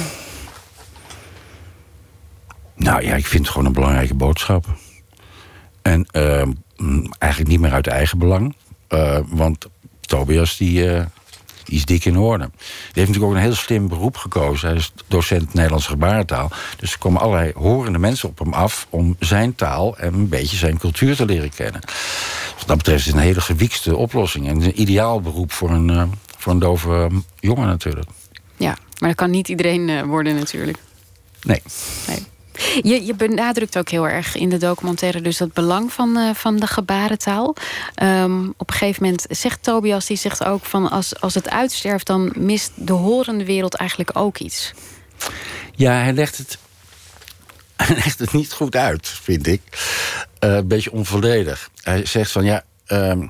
Nou ja, ik vind het gewoon een belangrijke boodschap. En uh, eigenlijk niet meer uit eigen belang. Uh, want Tobias, die, uh, die is dik in orde. Die heeft natuurlijk ook een heel slim beroep gekozen. Hij is docent Nederlandse gebarentaal. Dus er komen allerlei horende mensen op hem af om zijn taal en een beetje zijn cultuur te leren kennen. Wat dat betreft is het een hele gewiekste oplossing. En een ideaal beroep voor een, uh, voor een dove uh, jongen natuurlijk. Ja, maar dat kan niet iedereen uh, worden natuurlijk. Nee. Nee. Je, je benadrukt ook heel erg in de documentaire dus dat belang van, uh, van de gebarentaal. Um, op een gegeven moment zegt Tobias, die zegt ook van als, als het uitsterft, dan mist de horende wereld eigenlijk ook iets. Ja, hij legt het, hij legt het niet goed uit, vind ik. Uh, een beetje onvolledig. Hij zegt van ja, um,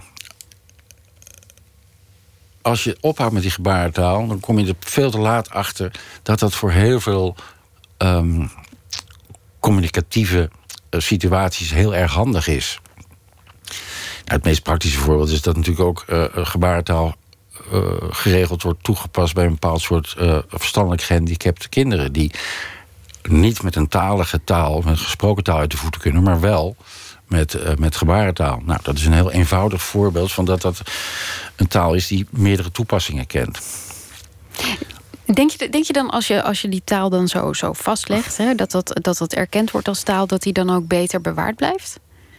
als je ophoudt met die gebarentaal, dan kom je er veel te laat achter dat dat voor heel veel Um, communicatieve uh, situaties heel erg handig is. Nou, het meest praktische voorbeeld is dat natuurlijk ook uh, gebarentaal uh, geregeld wordt toegepast bij een bepaald soort uh, verstandelijk gehandicapte kinderen die niet met een talige taal, met gesproken taal uit de voeten kunnen, maar wel met, uh, met gebarentaal. Nou, dat is een heel eenvoudig voorbeeld van dat dat een taal is die meerdere toepassingen kent. Denk je, denk je dan als je, als je die taal dan zo, zo vastlegt, hè, dat, dat, dat dat erkend wordt als taal, dat die dan ook beter bewaard blijft?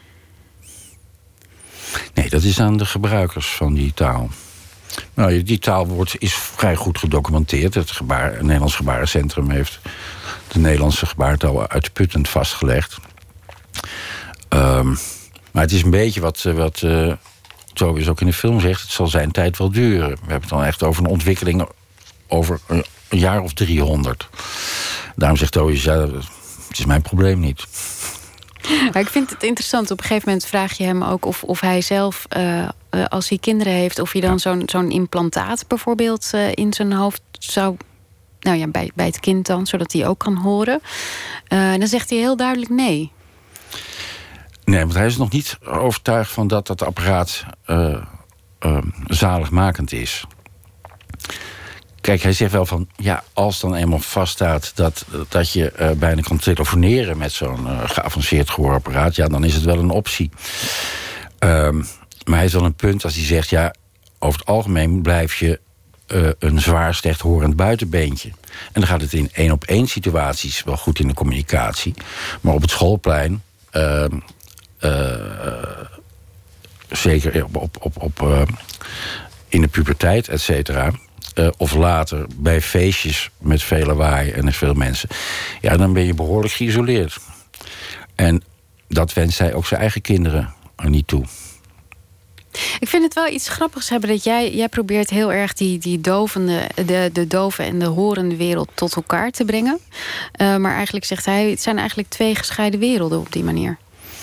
Nee, dat is aan de gebruikers van die taal. Nou, die taal wordt, is vrij goed gedocumenteerd. Het, gebaar, het Nederlands Gebarencentrum heeft de Nederlandse gebarentaal uitputtend vastgelegd. Um, maar het is een beetje wat, wat uh, Tobias ook in de film zegt, het zal zijn tijd wel duren. We hebben het dan echt over een ontwikkeling over een jaar of driehonderd. Daarom zegt Tobias, ja, het is mijn probleem niet. Maar ik vind het interessant. Op een gegeven moment vraag je hem ook of, of hij zelf, uh, als hij kinderen heeft, of hij dan ja. zo'n, zo'n implantaat bijvoorbeeld uh, in zijn hoofd zou, nou ja, bij, bij het kind dan, zodat hij ook kan horen. Uh, dan zegt hij heel duidelijk nee. Nee, want hij is nog niet overtuigd van dat dat apparaat uh, uh, zaligmakend is. Kijk, hij zegt wel van, ja, als dan eenmaal vaststaat dat, dat je uh, bijna kan telefoneren met zo'n uh, geavanceerd gehoorapparaat, ja, dan is het wel een optie. Um, maar hij heeft wel een punt als hij zegt, ja, over het algemeen blijf je uh, een zwaar slecht horend buitenbeentje. En dan gaat het in één op één situaties wel goed in de communicatie. Maar op het schoolplein, uh, uh, zeker op, op, op, op uh, in de puberteit, et cetera, Uh, of later bij feestjes met veel lawaai en veel mensen, ja, dan ben je behoorlijk geïsoleerd. En dat wenst hij ook zijn eigen kinderen er niet toe. Ik vind het wel iets grappigs hebben dat jij, jij probeert heel erg die, die dovende, de, de dove en de horende wereld tot elkaar te brengen. Uh, maar eigenlijk zegt hij, het zijn eigenlijk twee gescheiden werelden op die manier.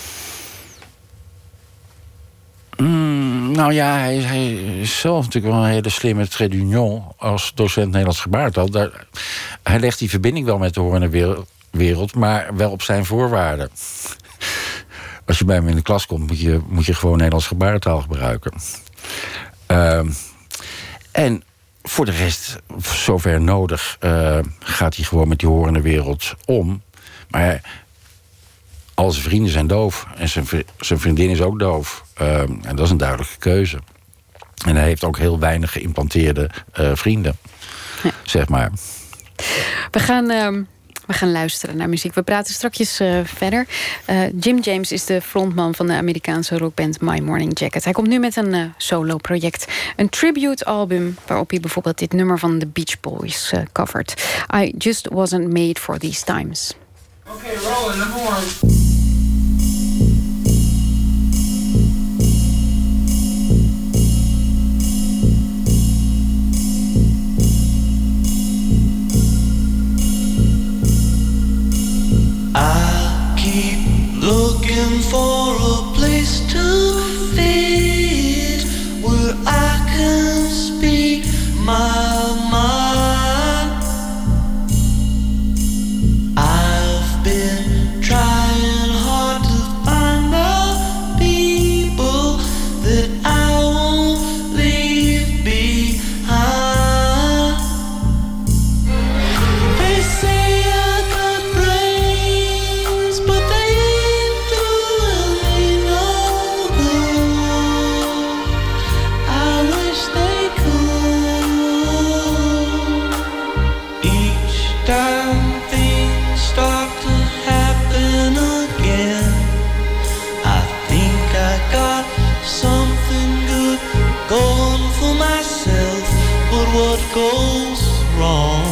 Mm, nou ja, hij, hij is zelf natuurlijk wel een hele slimme trait d'union als docent Nederlands gebaartaal. Daar, hij legt die verbinding wel met de horende wereld, maar wel op zijn voorwaarden. Als je bij hem in de klas komt, moet je, moet je gewoon Nederlands gebarentaal gebruiken. Uh, en voor de rest, zover nodig, uh, gaat hij gewoon met die horende wereld om. Maar al zijn vrienden zijn doof. En zijn, zijn vriendin is ook doof. Uh, en dat is een duidelijke keuze. En hij heeft ook heel weinig geïmplanteerde uh, vrienden. Ja. Zeg maar. We gaan... Uh... We gaan luisteren naar muziek. We praten straks uh, verder. Uh, Jim James is de frontman van de Amerikaanse rockband My Morning Jacket. Hij komt nu met een uh, solo-project. Een tribute-album waarop hij bijvoorbeeld dit nummer van The Beach Boys uh, covert. I Just Wasn't Made For These Times. Okay, rolling, number one. I keep looking for a place to fit where I can speak my mind. I've been trying hard to find the people that I won't leave behind. They say I got brains, but they ain't doing me no good. I wish they could. Each time things start to happen again, I think I got something good going for myself, but what goes wrong?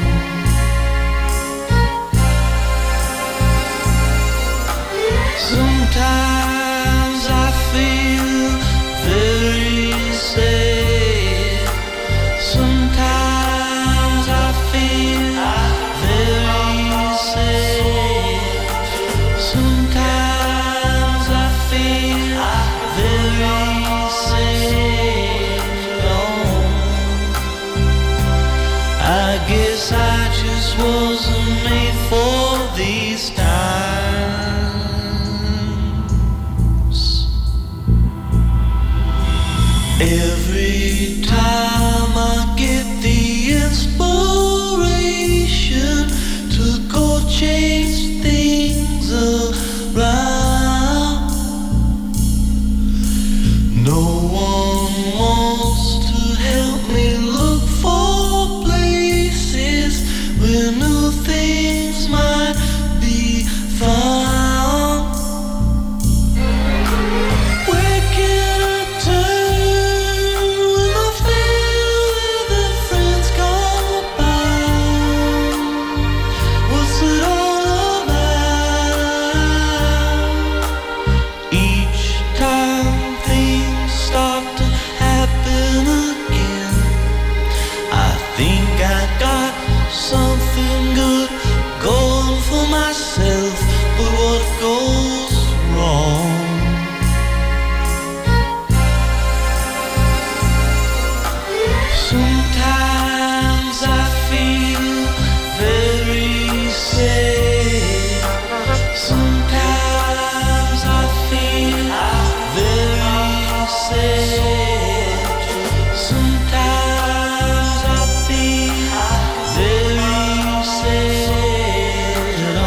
Sometimes I feel very sad. Sometimes I feel very sad. Sometimes I feel very sad. Oh, I guess I just wasn't made for these times. Every time I get the inspiration to go change things around, no one wants to help me look for places where new things might be found. Where can I turn when I feel that friends gone by? What's it all about? Each time things start to happen again, I think I got something good going for myself, but what goes wrong? Sometimes I feel very sad. Sometimes I feel very sad. Sometimes I feel very sad.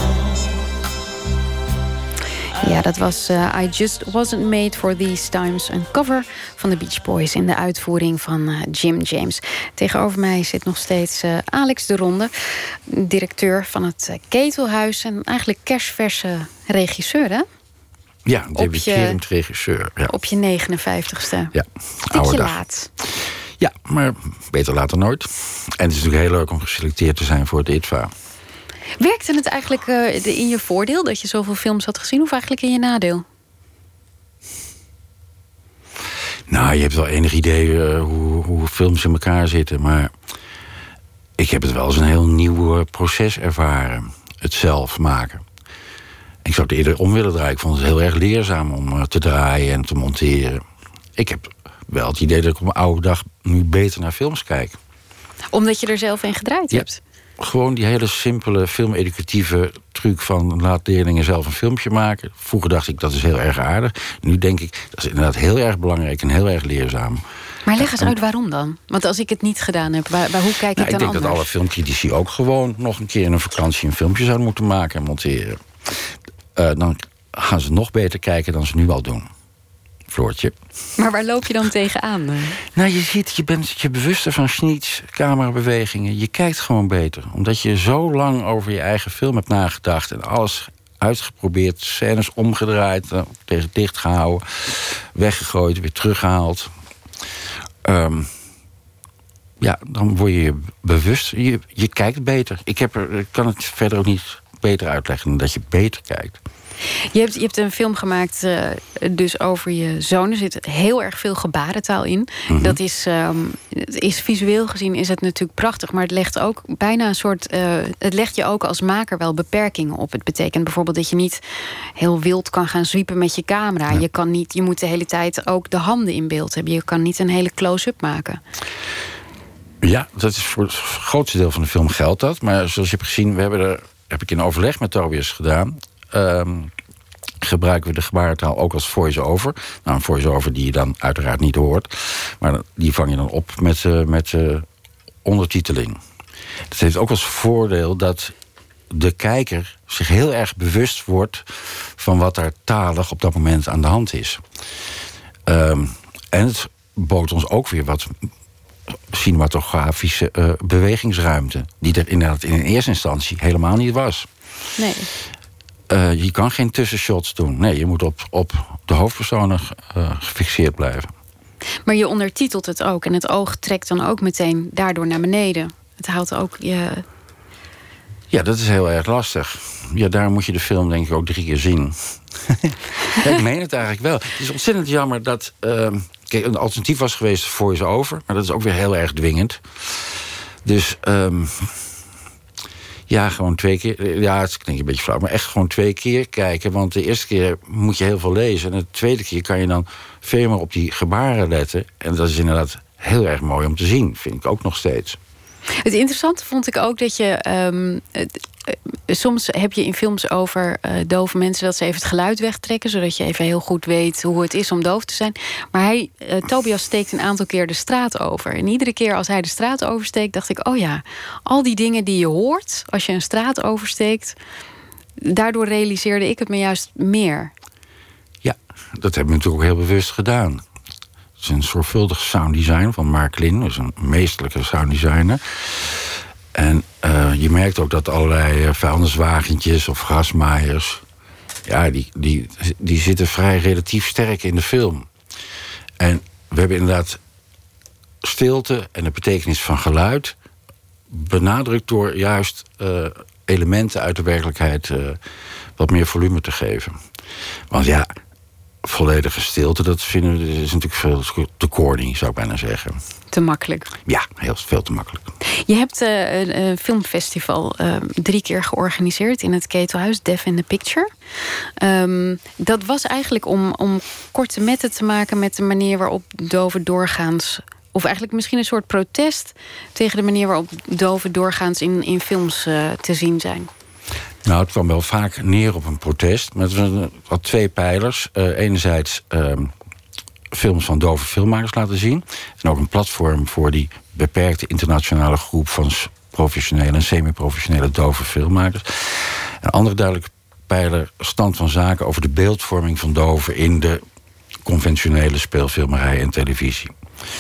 Oh. Ja, dat was uh, I Just Wasn't Made For These Times. Een cover van de Beach Boys in de uitvoering van uh, Jim James. Tegenover mij zit nog steeds uh, Alex de Ronde, directeur van het uh, Ketelhuis en eigenlijk kersverse regisseur, hè? Ja, debuterend regisseur. Ja. Op je negenenvijftigste. Ja, Tikje laat. Ja, maar beter later nooit. En het is natuurlijk heel leuk om geselecteerd te zijn voor het I T V A. Werkte het eigenlijk uh, in je voordeel dat je zoveel films had gezien, of eigenlijk in je nadeel? Nou, je hebt wel enig idee uh, hoe, hoe films in elkaar zitten. Maar ik heb het wel als een heel nieuw proces ervaren. Het zelf maken. Ik zou het eerder om willen draaien. Ik vond het heel erg leerzaam om uh, te draaien en te monteren. Ik heb wel het idee dat ik op mijn oude dag nu beter naar films kijk. Omdat je er zelf in gedraaid ja, hebt? Gewoon die hele simpele filmeducatieve truc van laat leerlingen zelf een filmpje maken. Vroeger dacht ik dat is heel erg aardig. Nu denk ik dat is inderdaad heel erg belangrijk en heel erg leerzaam. Maar leg eens uit waarom dan? Want als ik het niet gedaan heb, waar, waar, hoe kijk nou, ik dan ik denk anders? dat alle filmcritici ook gewoon nog een keer in een vakantie een filmpje zouden moeten maken en monteren. Uh, dan gaan ze nog beter kijken dan ze nu al doen. Floortje. Maar waar loop je dan tegenaan? Nou, je ziet, je bent je bewuster van schniets, camerabewegingen. Je kijkt gewoon beter. Omdat je zo lang over je eigen film hebt nagedacht en alles uitgeprobeerd, scènes omgedraaid, tegen dicht gehouden, weggegooid, weer teruggehaald. Um, ja, dan word je je bewust. Je, je kijkt beter. Ik, heb er, ik kan het verder ook niet beter uitleggen dan dat je beter kijkt. Je hebt, je hebt een film gemaakt uh, dus over je zoon. Er zit heel erg veel gebarentaal in. Mm-hmm. Dat is, um, is visueel gezien is het natuurlijk prachtig, maar het legt ook bijna een soort. Uh, het legt je ook als maker wel beperkingen op. Het betekent bijvoorbeeld dat je niet heel wild kan gaan zwiepen met je camera. Ja. Je kan niet. Je moet de hele tijd ook de handen in beeld hebben. Je kan niet een hele close-up maken. Ja, dat is voor het grootste deel van de film geldt dat. Maar zoals je hebt gezien, we hebben er, heb ik in overleg met Tobias gedaan. Um, gebruiken we de gebarentaal ook als voice-over. Nou, een voice-over die je dan uiteraard niet hoort. Maar die vang je dan op met, uh, met uh, ondertiteling. Dat heeft ook als voordeel dat de kijker zich heel erg bewust wordt van wat er talig op dat moment aan de hand is. Um, en het bood ons ook weer wat cinematografische uh, bewegingsruimte, die er inderdaad in eerste instantie helemaal niet was. Nee. Uh, je kan geen tussenshots doen. Nee, je moet op, op de hoofdpersonen uh, gefixeerd blijven. Maar je ondertitelt het ook. En het oog trekt dan ook meteen daardoor naar beneden. Het houdt ook je... Ja, dat is heel erg lastig. Ja, daar moet je de film denk ik ook drie keer zien. Ja, ik meen het eigenlijk wel. Het is ontzettend jammer dat... Uh, kijk, een alternatief was geweest voice-over. Maar dat is ook weer heel erg dwingend. Dus... Um, Ja, gewoon twee keer. Ja, het klinkt een beetje flauw, maar echt gewoon twee keer kijken. Want de eerste keer moet je heel veel lezen. En de tweede keer kan je dan veel meer op die gebaren letten. En dat is inderdaad heel erg mooi om te zien, vind ik ook nog steeds. Het interessante vond ik ook dat je... Um, het, uh, soms heb je in films over uh, dove mensen dat ze even het geluid wegtrekken, zodat je even heel goed weet hoe het is om doof te zijn. Maar hij, uh, Tobias steekt een aantal keer de straat over. En iedere keer als hij de straat oversteekt, dacht ik, oh ja, al die dingen die je hoort als je een straat oversteekt, daardoor realiseerde ik het me juist meer. Ja, dat hebben we natuurlijk ook heel bewust gedaan. Het is een zorgvuldig sounddesign van Mark Lin, dus een meesterlijke sounddesigner. En uh, je merkt ook dat allerlei vuilniswagentjes of grasmaaiers, ja, die, die, die zitten vrij relatief sterk in de film. En we hebben inderdaad stilte en de betekenis van geluid benadrukt door juist uh, elementen uit de werkelijkheid uh, wat meer volume te geven. Want ja, volledige stilte, dat vinden we, dat is natuurlijk veel te corny, zou ik bijna zeggen. Te makkelijk. Ja, heel veel te makkelijk. Je hebt uh, een, een filmfestival uh, drie keer georganiseerd in het Ketelhuis, Deaf in the Picture. Um, dat was eigenlijk om, om korte metten te maken met de manier waarop doven doorgaans, of eigenlijk misschien een soort protest tegen de manier waarop doven doorgaans in, in films uh, te zien zijn. Nou, het kwam wel vaak neer op een protest. Maar het had twee pijlers. Uh, enerzijds uh, films van dove filmmakers laten zien. En ook een platform voor die beperkte internationale groep van professionele en semi-professionele dove filmmakers. Een andere duidelijke pijler, stand van zaken over de beeldvorming van doven in de conventionele speelfilmerij en televisie.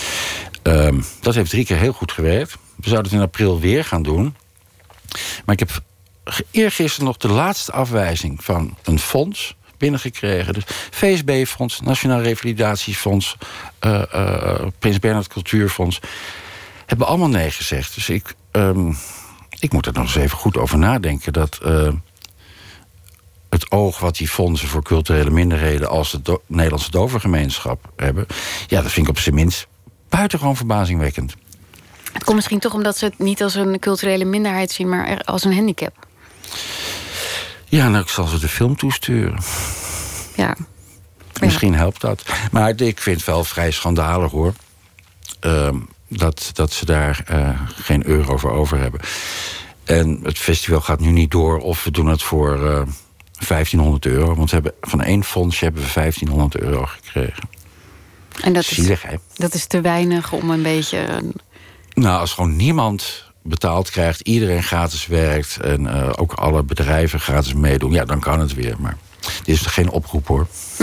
Uh, dat heeft drie keer heel goed gewerkt. We zouden het in april weer gaan doen. Maar ik heb eergisteren nog de laatste afwijzing van een fonds binnengekregen. Dus V S B-fonds, Nationaal Revalidatiefonds, uh, uh, Prins Bernhard Cultuurfonds, hebben allemaal nee gezegd. Dus ik, um, ik moet er nog eens even goed over nadenken dat uh, het het oog wat die fondsen voor culturele minderheden als de do- Nederlandse dovengemeenschap hebben. Ja, dat vind ik op zijn minst buitengewoon verbazingwekkend. Het komt misschien toch omdat ze het niet als een culturele minderheid zien, maar als een handicap. Ja, nou, ik zal ze de film toesturen. Ja. Misschien helpt dat. Maar ik vind het wel vrij schandalig, hoor. Uh, dat, dat ze daar uh, geen euro voor over hebben. En het festival gaat nu niet door of we doen het voor uh, vijftienhonderd euro. Want we hebben, van één fondsje hebben we vijftienhonderd euro gekregen. En dat Zielig, is, hè? Dat is te weinig om een beetje... Nou, als gewoon niemand betaald krijgt, iedereen gratis werkt en uh, ook alle bedrijven gratis meedoen, ja, dan kan het weer. Maar dit is geen oproep, hoor.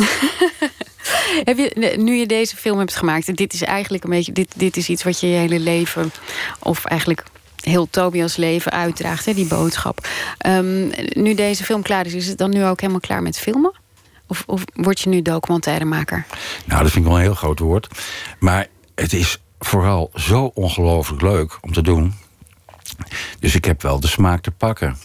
Heb je, nu je deze film hebt gemaakt, dit is eigenlijk een beetje, dit, dit is iets wat je je hele leven, of eigenlijk heel Tobias leven uitdraagt, hè, die boodschap. Um, nu deze film klaar is, is het dan nu ook helemaal klaar met filmen? Of, of word je nu documentairemaker? Nou, dat vind ik wel een heel groot woord. Maar het is vooral zo ongelooflijk leuk om te doen. Dus ik heb wel de smaak te pakken.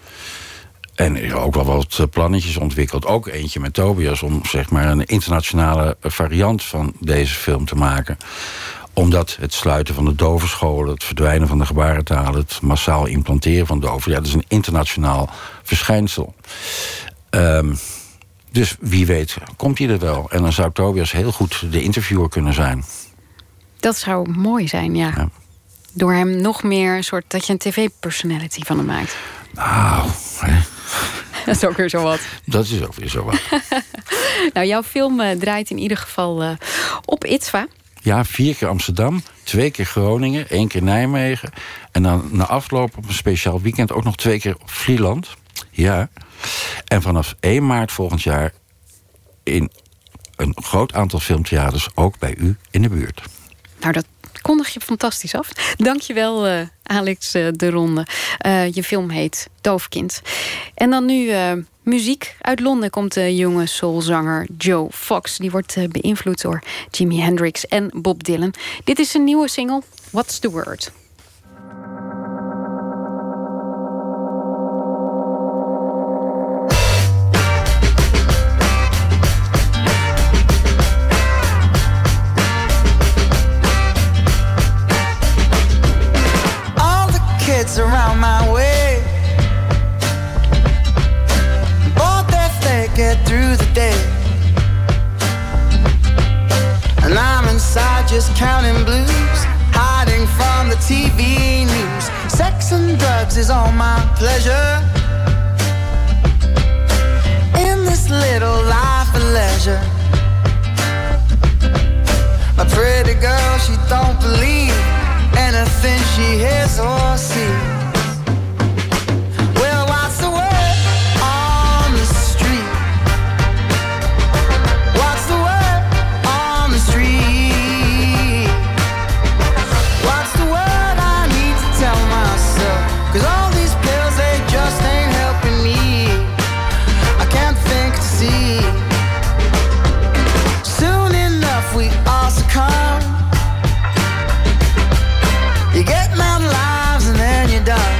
En ook wel wat plannetjes ontwikkeld. Ook eentje met Tobias om zeg maar een internationale variant van deze film te maken. Omdat het sluiten van de dovenscholen, het verdwijnen van de gebarentaal, het massaal implanteren van doven, ja, dat is een internationaal verschijnsel. Um, dus wie weet komt hij er wel. En dan zou Tobias heel goed de interviewer kunnen zijn. Dat zou mooi zijn, ja. ja. Door hem nog meer een soort, dat je een tv-personality van hem maakt. Nou, hè. Dat is ook weer zo wat. Dat is ook weer zo wat. Nou, jouw film uh, draait in ieder geval uh, op I T V A. Ja, vier keer Amsterdam, twee keer Groningen, één keer Nijmegen. En dan na afloop op een speciaal weekend ook nog twee keer op Vlieland. Ja. En vanaf één maart volgend jaar in een groot aantal filmtheaters, ook bij u in de buurt. Nou, dat kondig je fantastisch af. Dankjewel, uh, Alex uh, de Ronde. Uh, je film heet Doofkind. En dan nu uh, muziek. Uit Londen komt de jonge soulzanger Joe Fox. Die wordt uh, beïnvloed door Jimi Hendrix en Bob Dylan. Dit is een nieuwe single, What's the Word? Around my way, both their fake get through the day, and I'm inside just counting blues, hiding from the T V news. Sex and drugs is all my pleasure in this little life of leisure. My pretty girl, she don't believe anything she hears or sees. Well, what's the word on the street? What's the word on the street? What's the word I need to tell myself? 'Cause all these pills, they just ain't helping me. I can't think to see. Soon enough we all succumb. You get nine lives and then you're done.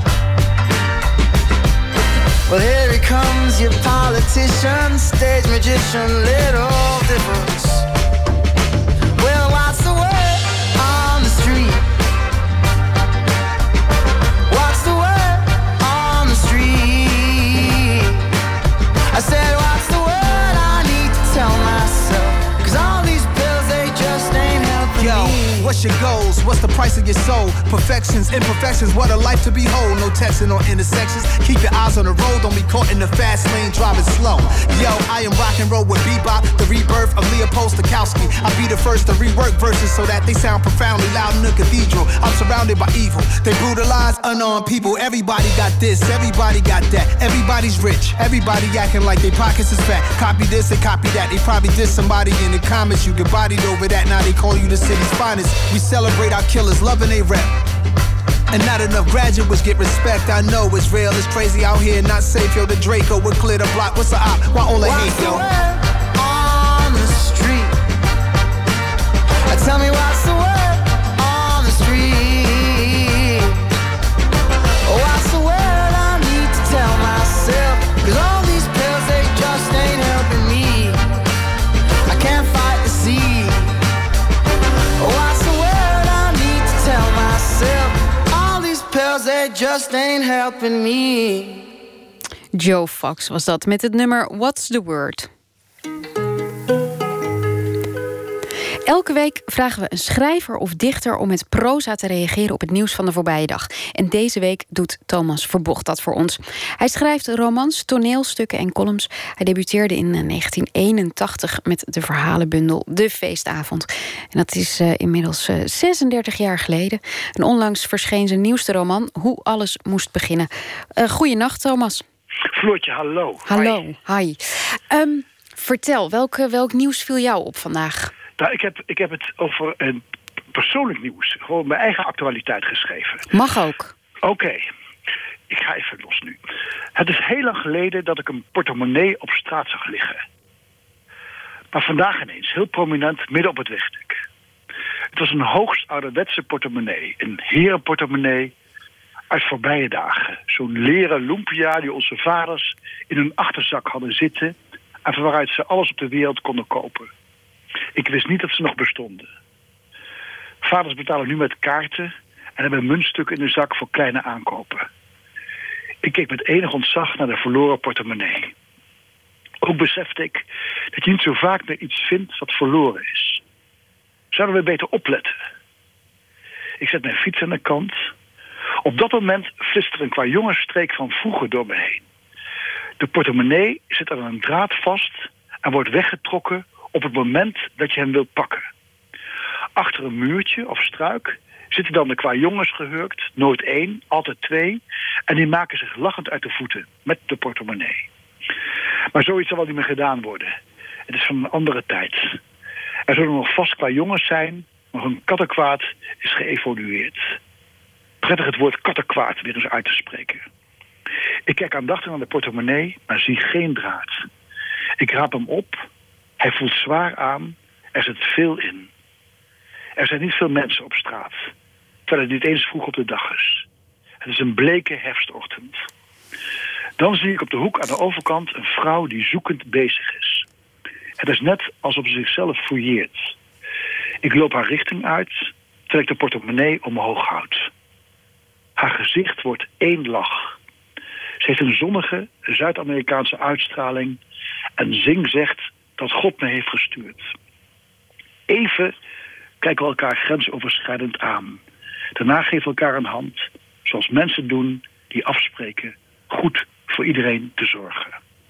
Well, here he comes, your politician, stage magician, little difference. Well, what's the word on the street? What's the word on the street? I said, what's the word I need to tell myself? 'Cause all these pills, they just ain't helping Yo, me. what's your goals? What's the price of your soul? Perfections, imperfections, what a life to behold. No texting or intersections. Keep your eyes on the road, don't be caught in the fast lane, driving slow. Yo, I am rock and roll with bebop, the rebirth of Leopold Stokowski. I'll be the first to rework verses so that they sound profoundly loud in the cathedral. I'm surrounded by evil. They brutalize unarmed people. Everybody got this, everybody got that. Everybody's rich, everybody acting like their pockets is fat. Copy this and copy that. They probably diss somebody in the comments. You get bodied over that, now they call you the city's finest. We celebrate our killers, loving they rap. And not enough graduates get respect. I know it's real, it's crazy out here, not safe. Yo, the Draco would clear the block. What's the op? Why all the hate, yo? On the street. Tell me what's the word on the street? What's the word I need to tell myself? 'Cause all these pills, they just ain't helping me. Joe Fox was dat met het nummer What's the Word? Elke week vragen we een schrijver of dichter om met proza te reageren op het nieuws van de voorbije dag. En deze week doet Thomas Verbocht dat voor ons. Hij schrijft romans, toneelstukken en columns. Hij debuteerde in negentien eenentachtig met de verhalenbundel De Feestavond. En dat is uh, inmiddels uh, zesendertig jaar geleden. En onlangs verscheen zijn nieuwste roman Hoe alles moest beginnen. Uh, goeienacht, Thomas. Floortje, hallo. Hallo, hi. hi. Um, vertel, welk, welk nieuws viel jou op vandaag? Nou, ik heb, ik heb het over een persoonlijk nieuws. Gewoon mijn eigen actualiteit geschreven. Mag ook. Oké, okay. Ik ga even los nu. Het is heel lang geleden dat ik een portemonnee op straat zag liggen. Maar vandaag ineens, heel prominent, midden op het wegdek. Het was een hoogst ouderwetse portemonnee. Een herenportemonnee uit voorbije dagen. Zo'n leren lumpia die onze vaders in hun achterzak hadden zitten en van waaruit ze alles op de wereld konden kopen. Ik wist niet dat ze nog bestonden. Vaders betalen nu met kaarten en hebben muntstukken in de zak voor kleine aankopen. Ik keek met enig ontzag naar de verloren portemonnee. Ook besefte ik dat je niet zo vaak meer iets vindt wat verloren is. Zouden we beter opletten? Ik zet mijn fiets aan de kant. Op dat moment flitst er een qua jongensstreek van vroeger door me heen. De portemonnee zit aan een draad vast en wordt weggetrokken op het moment dat je hem wilt pakken. Achter een muurtje of struik zitten dan de kwajongens gehurkt, nooit één, altijd twee, en die maken zich lachend uit de voeten met de portemonnee. Maar zoiets zal wel niet meer gedaan worden. Het is van een andere tijd. Er zullen nog vast kwajongens zijn, maar hun kattenkwaad is geëvolueerd. Prettig het woord kattenkwaad weer eens uit te spreken. Ik kijk aandachtig naar de portemonnee, maar zie geen draad. Ik raap hem op. Hij voelt zwaar aan. Er zit veel in. Er zijn niet veel mensen op straat. Terwijl het niet eens vroeg op de dag is. Het is een bleke herfstochtend. Dan zie ik op de hoek aan de overkant een vrouw die zoekend bezig is. Het is net alsof ze zichzelf fouilleert. Ik loop haar richting uit, terwijl ik de portemonnee omhoog houd. Haar gezicht wordt één lach. Ze heeft een zonnige Zuid-Amerikaanse uitstraling en Zing zegt dat God me heeft gestuurd. Even kijken we elkaar grensoverschrijdend aan. Daarna geven we elkaar een hand, zoals mensen doen die afspreken goed voor iedereen te zorgen.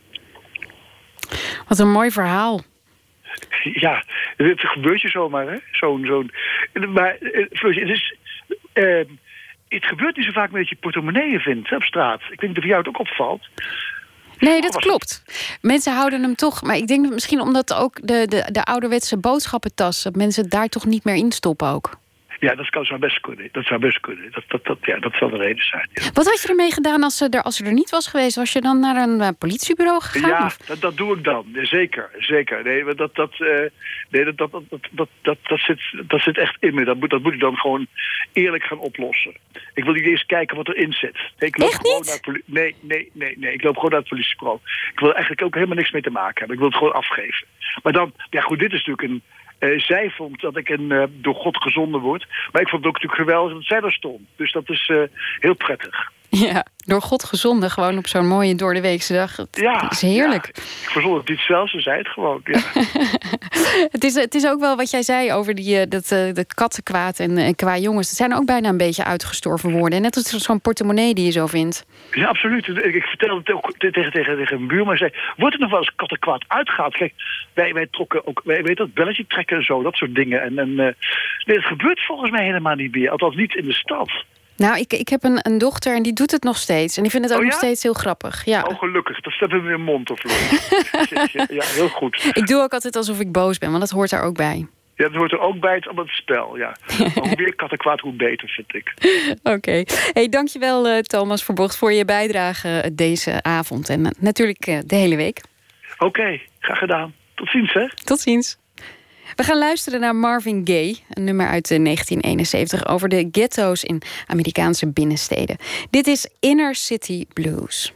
Wat een mooi verhaal. Ja, het gebeurt je zomaar, hè? Zo'n, zo'n... Maar, Floortje, het is... Uh, het gebeurt niet zo vaak meer dat je portemonneeën vindt hè, op straat. Ik weet niet of jou het ook opvalt. Nee, dat klopt. Mensen houden hem toch... Maar ik denk dat misschien omdat ook de, de, de ouderwetse boodschappentas... dat mensen daar toch niet meer in stoppen ook. Ja, dat kan, zou best kunnen. Dat zou best kunnen. Dat, dat, dat, ja, dat zal de reden zijn. Ja. Wat had je ermee gedaan als ze, er, als ze er niet was geweest? Was je dan naar een uh, politiebureau gegaan? Ja, of? dat, dat doe ik dan. Ja, zeker, zeker. Nee, dat, dat, uh, nee, dat, dat, dat, dat, dat, dat, zit, dat zit echt in me. Dat moet, dat moet ik dan gewoon eerlijk gaan oplossen. Ik wil niet eens kijken wat erin zit. Nee, ik loop echt gewoon niet? naar poli- nee, nee, nee, nee. Ik loop gewoon naar het politiebureau. Ik wil eigenlijk ook helemaal niks mee te maken hebben. Ik wil het gewoon afgeven. Maar dan, ja goed, dit is natuurlijk een... Uh, zij vond dat ik een, uh, door God gezonden word. Maar ik vond het ook natuurlijk geweldig dat zij er stond. Dus dat is uh, heel prettig. Ja, door God gezonden. Gewoon op zo'n mooie doordeweekse dag. Het ja, is heerlijk. Ja, ik verzond het niet zelf, ze zei het gewoon. Ja. het, is, het is ook wel wat jij zei over die, uh, dat, uh, de kattenkwaad en uh, qua jongens. Het zijn ook bijna een beetje uitgestorven woorden. Net als zo'n portemonnee die je zo vindt. Ja, absoluut. Ik, ik vertelde het ook tegen, tegen, tegen een buurman. Zei, wordt er nog wel eens kattenkwaad uitgehaald? Kijk, wij, wij trokken ook, wij weet dat belletje trekken en zo, dat soort dingen. En, en uh, nee, dat gebeurt volgens mij helemaal niet meer. Althans niet in de stad. Nou, ik, ik heb een, een dochter en die doet het nog steeds. En die vindt het ook oh, ja? nog steeds heel grappig. Ja. Oh, gelukkig. Dat staat in mijn mond of ja, heel goed. Ik doe ook altijd alsof ik boos ben, want dat hoort daar ook bij. Ja, dat hoort er ook bij, het is allemaal het spel, ja. Maar hoe meer kattenkwaad, hoe beter, vind ik. Oké. Okay. Hey, dankjewel uh, Thomas Verbocht voor je bijdrage deze avond. En uh, natuurlijk uh, de hele week. Oké, okay, graag gedaan. Tot ziens, hè. Tot ziens. We gaan luisteren naar Marvin Gaye, een nummer uit negentien eenenzeventig... over de ghetto's in Amerikaanse binnensteden. Dit is Inner City Blues.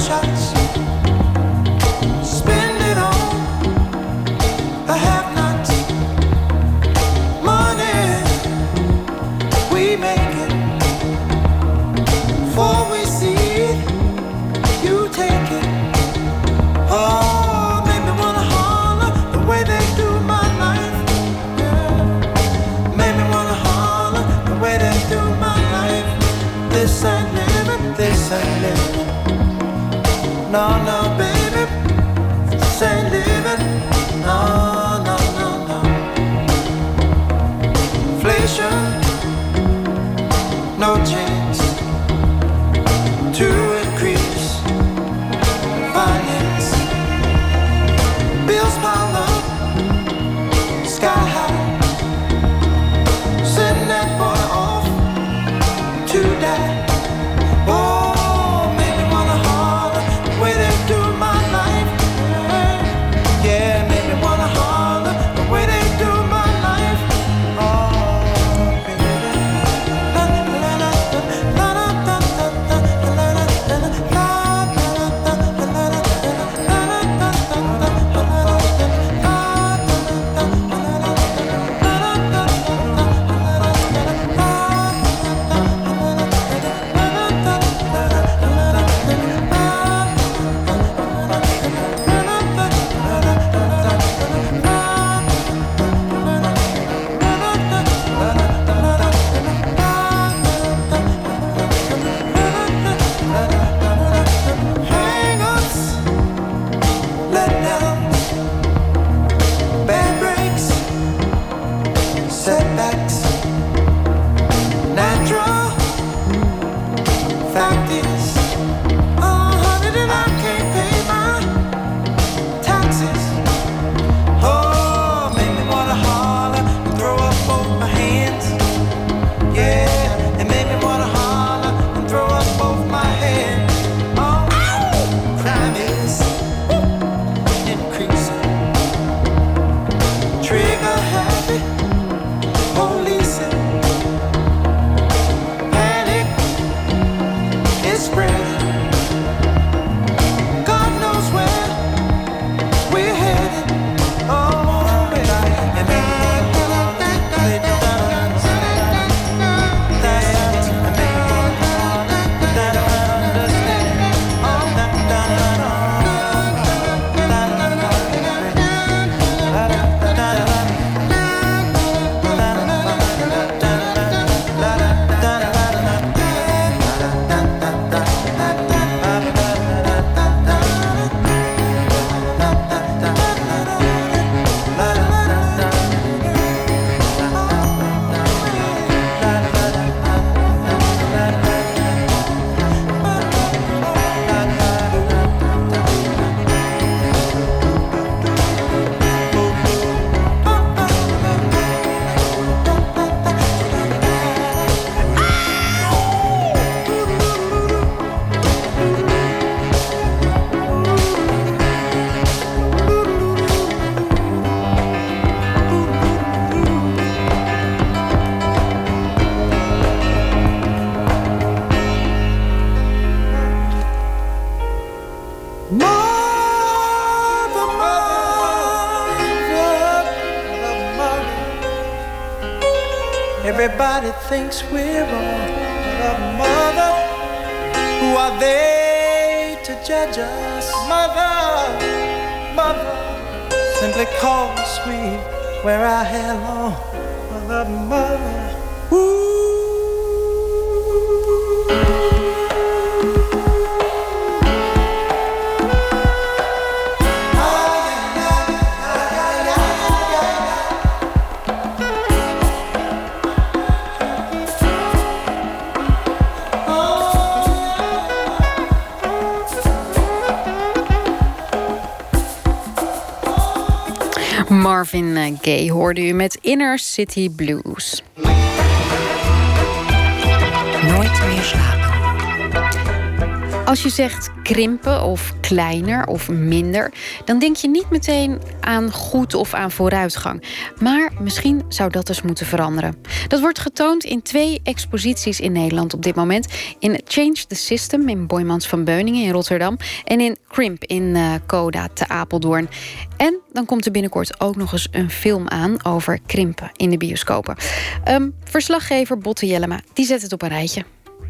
shots. Spend it on the have-nots. Money, we make it. Before we see it, you take it. Oh, make me wanna holler the way they do my life. Yeah. Make me wanna holler the way they do my life. This ain't living, this ain't living. No, no, baby, this ain't living. No, no, no, no. Inflation, no chance to increase finance. Bills pile up, sky high. Send that boy off to die. Oh, make me wanna holler the way they do my life. Yeah, make me wanna holler the way they do my life. Oh, baby. La, la, la, la, la, la, la, la, la, la, la, hang-ups, letdowns, bad breaks, setbacks, natural. Fact is, oh, honey, that I can't pay my taxes. Oh, make me wanna holler and throw up both my hands. Yeah, and make me wanna holler and throw up both my hands. Oh, crime is increasing. Trigger happy, policing. Panic is spreading. God knows where we're headed. Oh, baby, and make me wanna lay down. Mother, mother, mother. Everybody thinks we're wrong, but mother, who are they to judge us? Mother, mother, simply cause we wear our hair long. Mother, mother, ooh. Marvin Gaye hoorde u met Inner City Blues. Nooit meer slapen. Als je zegt krimpen of kleiner of minder, dan denk je niet meteen aan goed of aan vooruitgang. Maar misschien zou dat dus moeten veranderen. Dat wordt getoond in twee exposities in Nederland op dit moment. In Change the System in Boijmans van Beuningen in Rotterdam en in Crimp in uh, Coda te Apeldoorn. En dan komt er binnenkort ook nog eens een film aan over krimpen in de bioscopen. Um, verslaggever Botte Jellema, die zet het op een rijtje.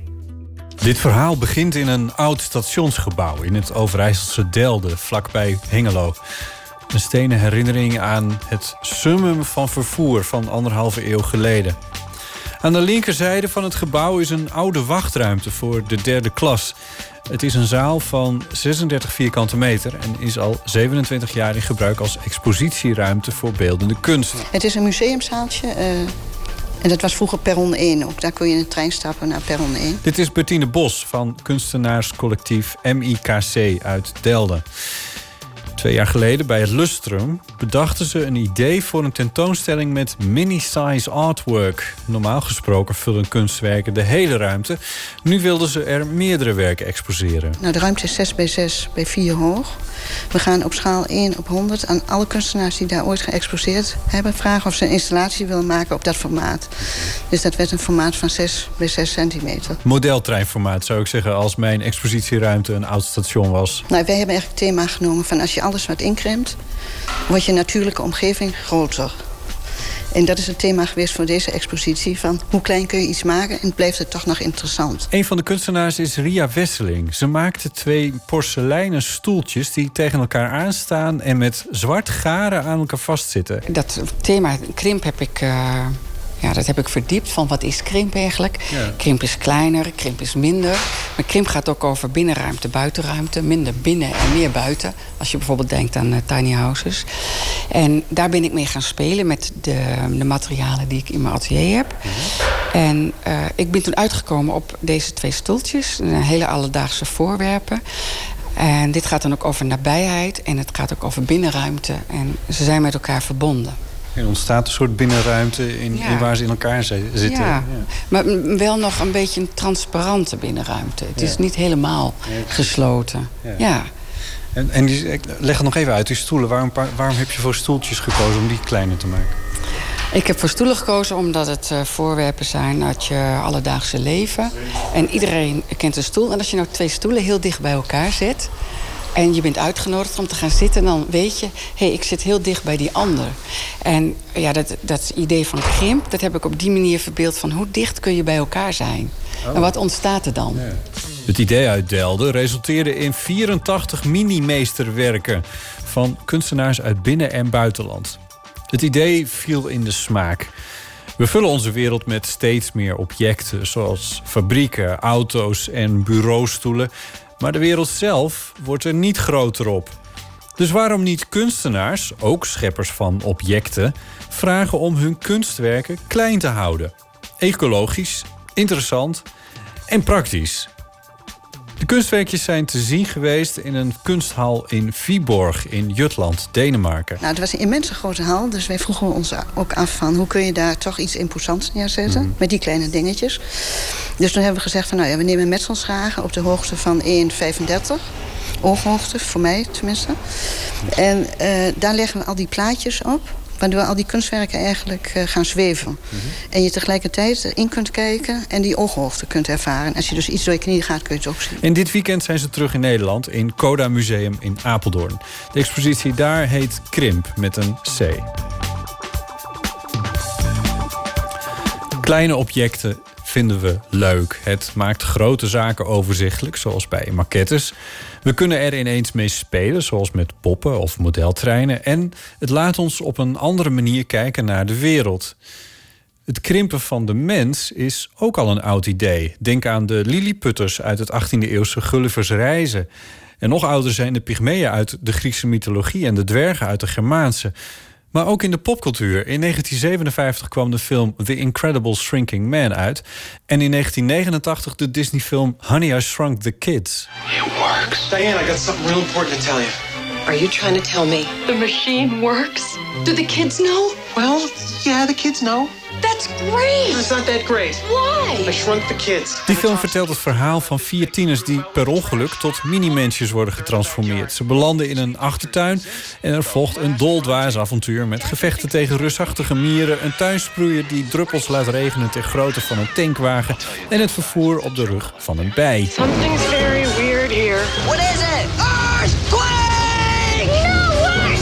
Dit verhaal begint in een oud stationsgebouw in het Overijsselse Delden, vlakbij Hengelo. Een stenen herinnering aan het summum van vervoer van anderhalve eeuw geleden. Aan de linkerzijde van het gebouw is een oude wachtruimte voor de derde klas. Het is een zaal van zesendertig vierkante meter en is al zevenentwintig jaar in gebruik als expositieruimte voor beeldende kunst. Het is een museumzaaltje. Uh... En dat was vroeger perron één ook. Daar kon je in de trein stappen naar perron één. Dit is Bertine Bos van kunstenaarscollectief M I K C uit Delden. Twee jaar geleden bij het Lustrum bedachten ze een idee voor een tentoonstelling met mini-size artwork. Normaal gesproken vullen kunstwerken de hele ruimte. Nu wilden ze er meerdere werken exposeren. Nou, de ruimte is zes bij zes bij vier hoog. We gaan op schaal één op honderd aan alle kunstenaars die daar ooit geëxposeerd hebben vragen of ze een installatie willen maken op dat formaat. Dus dat werd een formaat van zes bij zes centimeter. Modeltreinformaat zou ik zeggen als mijn expositieruimte een oud station was. Nou, wij hebben eigenlijk het thema genomen van als je alles wat inkrimpt, wordt je natuurlijke omgeving groter. En dat is het thema geweest voor deze expositie. Van hoe klein kun je iets maken en blijft het toch nog interessant. Een van de kunstenaars is Ria Wesseling. Ze maakte twee porseleinen stoeltjes die tegen elkaar aanstaan en met zwart garen aan elkaar vastzitten. Dat thema krimp heb ik... Uh... Ja, dat heb ik verdiept van wat is krimp eigenlijk. Ja. Krimp is kleiner, krimp is minder. Maar krimp gaat ook over binnenruimte, buitenruimte. Minder binnen en meer buiten. Als je bijvoorbeeld denkt aan uh, tiny houses. En daar ben ik mee gaan spelen met de, de materialen die ik in mijn atelier heb. Mm-hmm. En uh, ik ben toen uitgekomen op deze twee stoeltjes. Een hele alledaagse voorwerpen. En dit gaat dan ook over nabijheid. En het gaat ook over binnenruimte. En ze zijn met elkaar verbonden. Er ontstaat een soort binnenruimte in, ja. in waar ze in elkaar zitten. Ja. Ja. Maar wel nog een beetje een transparante binnenruimte. Het ja. is niet helemaal ja, gesloten. Ja. ja. En, en die, leg het nog even uit, die stoelen. Waarom, waarom heb je voor stoeltjes gekozen om die kleiner te maken? Ik heb voor stoelen gekozen omdat het uh, voorwerpen zijn uit je alledaagse leven. En iedereen kent een stoel. En als je nou twee stoelen heel dicht bij elkaar zet en je bent uitgenodigd om te gaan zitten, dan weet je, hé, hey, ik zit heel dicht bij die ander. En ja, dat, dat idee van krimp, dat heb ik op die manier verbeeld van hoe dicht kun je bij elkaar zijn. Oh. En wat ontstaat er dan? Ja. Het idee uit Delden resulteerde in vierentachtig mini-meesterwerken van kunstenaars uit binnen- en buitenland. Het idee viel in de smaak. We vullen onze wereld met steeds meer objecten, zoals fabrieken, auto's en bureaustoelen. Maar de wereld zelf wordt er niet groter op. Dus waarom niet kunstenaars, ook scheppers van objecten, vragen om hun kunstwerken klein te houden? Ecologisch, interessant en praktisch. De kunstwerkjes zijn te zien geweest in een kunsthal in Viborg in Jutland, Denemarken. Nou, het was een immense grote hal, dus wij vroegen ons ook af van hoe kun je daar toch iets imposants neerzetten, mm. met die kleine dingetjes. Dus toen hebben we gezegd van nou ja, we nemen metselschragen op de hoogte van één komma vijfendertig. Ooghoogte, voor mij tenminste. En uh, daar leggen we al die plaatjes op, waardoor al die kunstwerken eigenlijk uh, gaan zweven. Mm-hmm. En je tegelijkertijd erin kunt kijken en die ooghoogte kunt ervaren. Als je dus iets door je knieën gaat, kun je het ook zien. En dit weekend zijn ze terug in Nederland, in Coda Museum in Apeldoorn. De expositie daar heet Krimp, met een C. Kleine objecten vinden we leuk. Het maakt grote zaken overzichtelijk, zoals bij maquettes. We kunnen er ineens mee spelen, zoals met poppen of modeltreinen. En het laat ons op een andere manier kijken naar de wereld. Het krimpen van de mens is ook al een oud idee. Denk aan de lilliputters uit het achttiende eeuwse Gulliver's Reizen. En nog ouder zijn de pygmeeën uit de Griekse mythologie en de dwergen uit de Germaanse. Maar ook in de popcultuur. In negentien zevenenvijftig kwam de film The Incredible Shrinking Man uit. En in negentien negenentachtig de Disney-film Honey, I Shrunk the Kids. It works. Diane, I got something real important to tell you. Are you trying to tell me the machine works? Do the kids know? Well, yeah, the kids know. That's great! It's not that great. Why? I shrunk the kids. Die film vertelt het verhaal van vier tieners die per ongeluk tot mini-mensjes worden getransformeerd. Ze belanden in een achtertuin en er volgt een doldwaas avontuur met gevechten tegen reusachtige mieren, een tuinsproeier die druppels laat regenen ter grootte van een tankwagen en het vervoer op de rug van een bij. Something's very weird here. What is it? Earthquake! No way!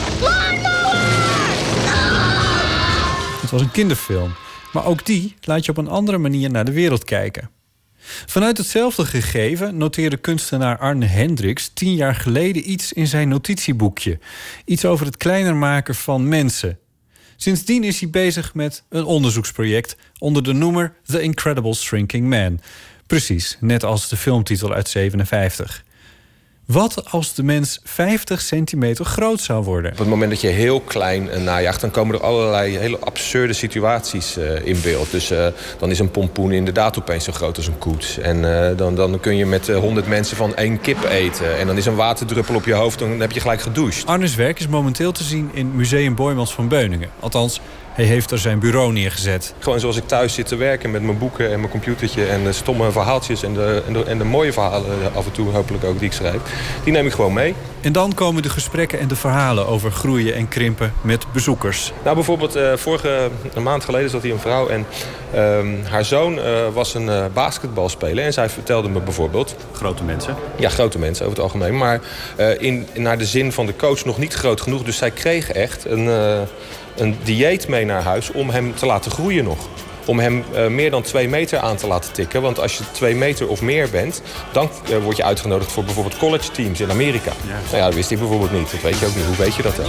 Het was een kinderfilm, maar ook die laat je op een andere manier naar de wereld kijken. Vanuit hetzelfde gegeven noteerde kunstenaar Arne Hendricks tien jaar geleden iets in zijn notitieboekje. Iets over het kleiner maken van mensen. Sindsdien is hij bezig met een onderzoeksproject onder de noemer The Incredible Shrinking Man. Precies, net als de filmtitel uit zevenenvijftig. Wat als de mens vijftig centimeter groot zou worden? Op het moment dat je heel klein uh, najaagt, dan komen er allerlei hele absurde situaties uh, in beeld. Dus uh, dan is een pompoen inderdaad opeens zo groot als een koets. En uh, dan, dan kun je met honderd uh, mensen van één kip eten. En dan is een waterdruppel op je hoofd, dan heb je gelijk gedoucht. Arnes werk is momenteel te zien in Museum Boijmans van Beuningen. Althans, hij heeft er zijn bureau neergezet. Gewoon zoals ik thuis zit te werken met mijn boeken en mijn computertje en de stomme verhaaltjes en de, en de, en de mooie verhalen af en toe hopelijk ook die ik schrijf. Die neem ik gewoon mee. En dan komen de gesprekken en de verhalen over groeien en krimpen met bezoekers. Nou, bijvoorbeeld uh, vorige een maand geleden zat hier een vrouw en uh, haar zoon uh, was een uh, basketbalspeler. En zij vertelde me bijvoorbeeld... Grote mensen? Ja, grote mensen over het algemeen. Maar uh, in, naar de zin van de coach nog niet groot genoeg. Dus zij kreeg echt een... Uh, een dieet mee naar huis om hem te laten groeien nog. Om hem uh, meer dan twee meter aan te laten tikken. Want als je twee meter of meer bent, dan uh, word je uitgenodigd voor bijvoorbeeld college teams in Amerika. Ja. Nou ja, dat wist hij bijvoorbeeld niet. Dat weet je ook niet. Hoe weet je dat dan?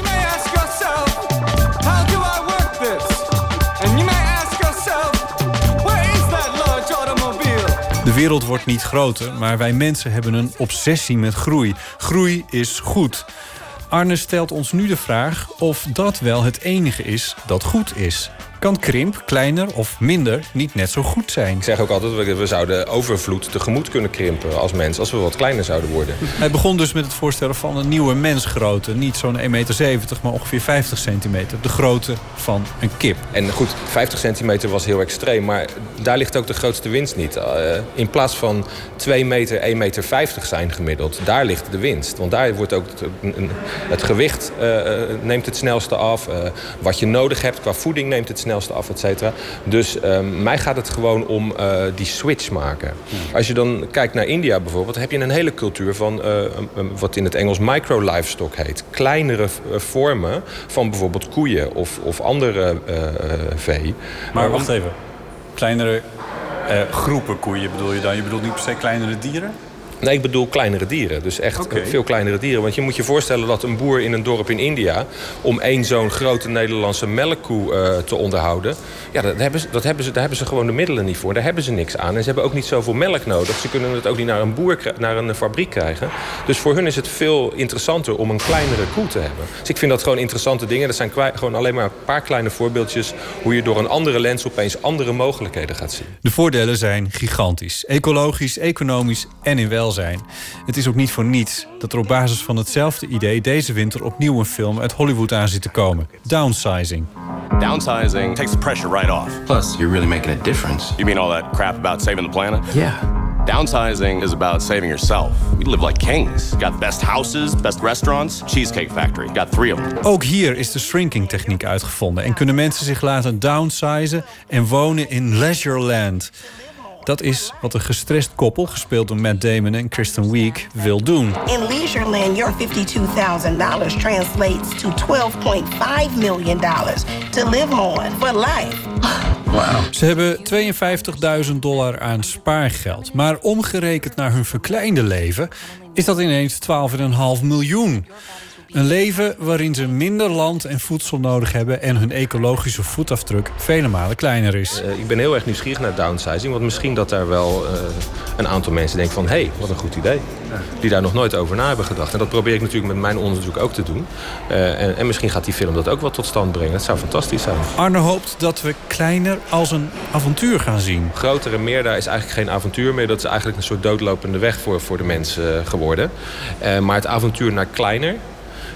De wereld wordt niet groter, maar wij mensen hebben een obsessie met groei. Groei is goed. Arne stelt ons nu de vraag of dat wel het enige is dat goed is. Kan krimp, kleiner of minder, niet net zo goed zijn? Ik zeg ook altijd, we zouden overvloed tegemoet kunnen krimpen als mens, als we wat kleiner zouden worden. Hij begon dus met het voorstellen van een nieuwe mensgrootte. Niet zo'n één meter zeventig, maar ongeveer vijftig centimeter. De grootte van een kip. En goed, vijftig centimeter was heel extreem, maar daar ligt ook de grootste winst niet. Uh, in plaats van twee meter, één meter vijftig zijn gemiddeld, daar ligt de winst. Want daar wordt ook het, het gewicht uh, neemt het snelste af. Uh, wat je nodig hebt qua voeding neemt het snelste af, et cetera. Dus uh, mij gaat het gewoon om uh, die switch maken. Ja. Als je dan kijkt naar India bijvoorbeeld, heb je een hele cultuur van uh, um, wat in het Engels micro-livestock heet. Kleinere uh, vormen van bijvoorbeeld koeien of, of andere uh, uh, vee. Maar wacht even. Kleinere uh, groepen koeien bedoel je dan? Je bedoelt niet per se kleinere dieren? Nee, ik bedoel kleinere dieren. Dus echt okay. veel kleinere dieren. Want je moet je voorstellen dat een boer in een dorp in India, om één zo'n grote Nederlandse melkkoe uh, te onderhouden, ja, dat hebben ze, dat hebben ze, daar hebben ze gewoon de middelen niet voor. Daar hebben ze niks aan. En ze hebben ook niet zoveel melk nodig. Ze kunnen het ook niet naar een boer, naar een fabriek krijgen. Dus voor hun is het veel interessanter om een kleinere koe te hebben. Dus ik vind dat gewoon interessante dingen. Dat zijn gewoon alleen maar een paar kleine voorbeeldjes hoe je door een andere lens opeens andere mogelijkheden gaat zien. De voordelen zijn gigantisch. Ecologisch, economisch en in welzijn. Het is ook niet voor niets dat er op basis van hetzelfde idee deze winter opnieuw een film uit Hollywood aan zit te komen. Downsizing. Downsizing takes the pressure right off. Plus, you're really making a difference. You mean all that crap about saving the planet? Yeah. Downsizing is about saving yourself. We live like kings. Got the best houses, best restaurants, Cheesecake Factory. Got three of them. Ook hier is de shrinking techniek uitgevonden en kunnen mensen zich laten downsizen en wonen in Leisureland. Dat is wat een gestrest koppel, gespeeld door Matt Damon en Kristen Wiig, wil doen. In Leisureland, your fifty-two thousand dollars translates to twelve point five million dollars to live on for life. Wow. Ze hebben tweeënvijftigduizend dollar aan spaargeld. Maar omgerekend naar hun verkleinde leven is dat ineens twaalf komma vijf miljoen. Een leven waarin ze minder land en voedsel nodig hebben en hun ecologische voetafdruk vele malen kleiner is. Uh, ik ben heel erg nieuwsgierig naar downsizing, want misschien dat daar wel uh, een aantal mensen denken van hé, hey, wat een goed idee. Ja. Die daar nog nooit over na hebben gedacht. En dat probeer ik natuurlijk met mijn onderzoek ook te doen. Uh, en, en misschien gaat die film dat ook wel tot stand brengen. Dat zou fantastisch zijn. Arne hoopt dat we kleiner als een avontuur gaan zien. Groter en meer, daar is eigenlijk geen avontuur meer. Dat is eigenlijk een soort doodlopende weg voor, voor de mensen uh, geworden. Uh, maar het avontuur naar kleiner,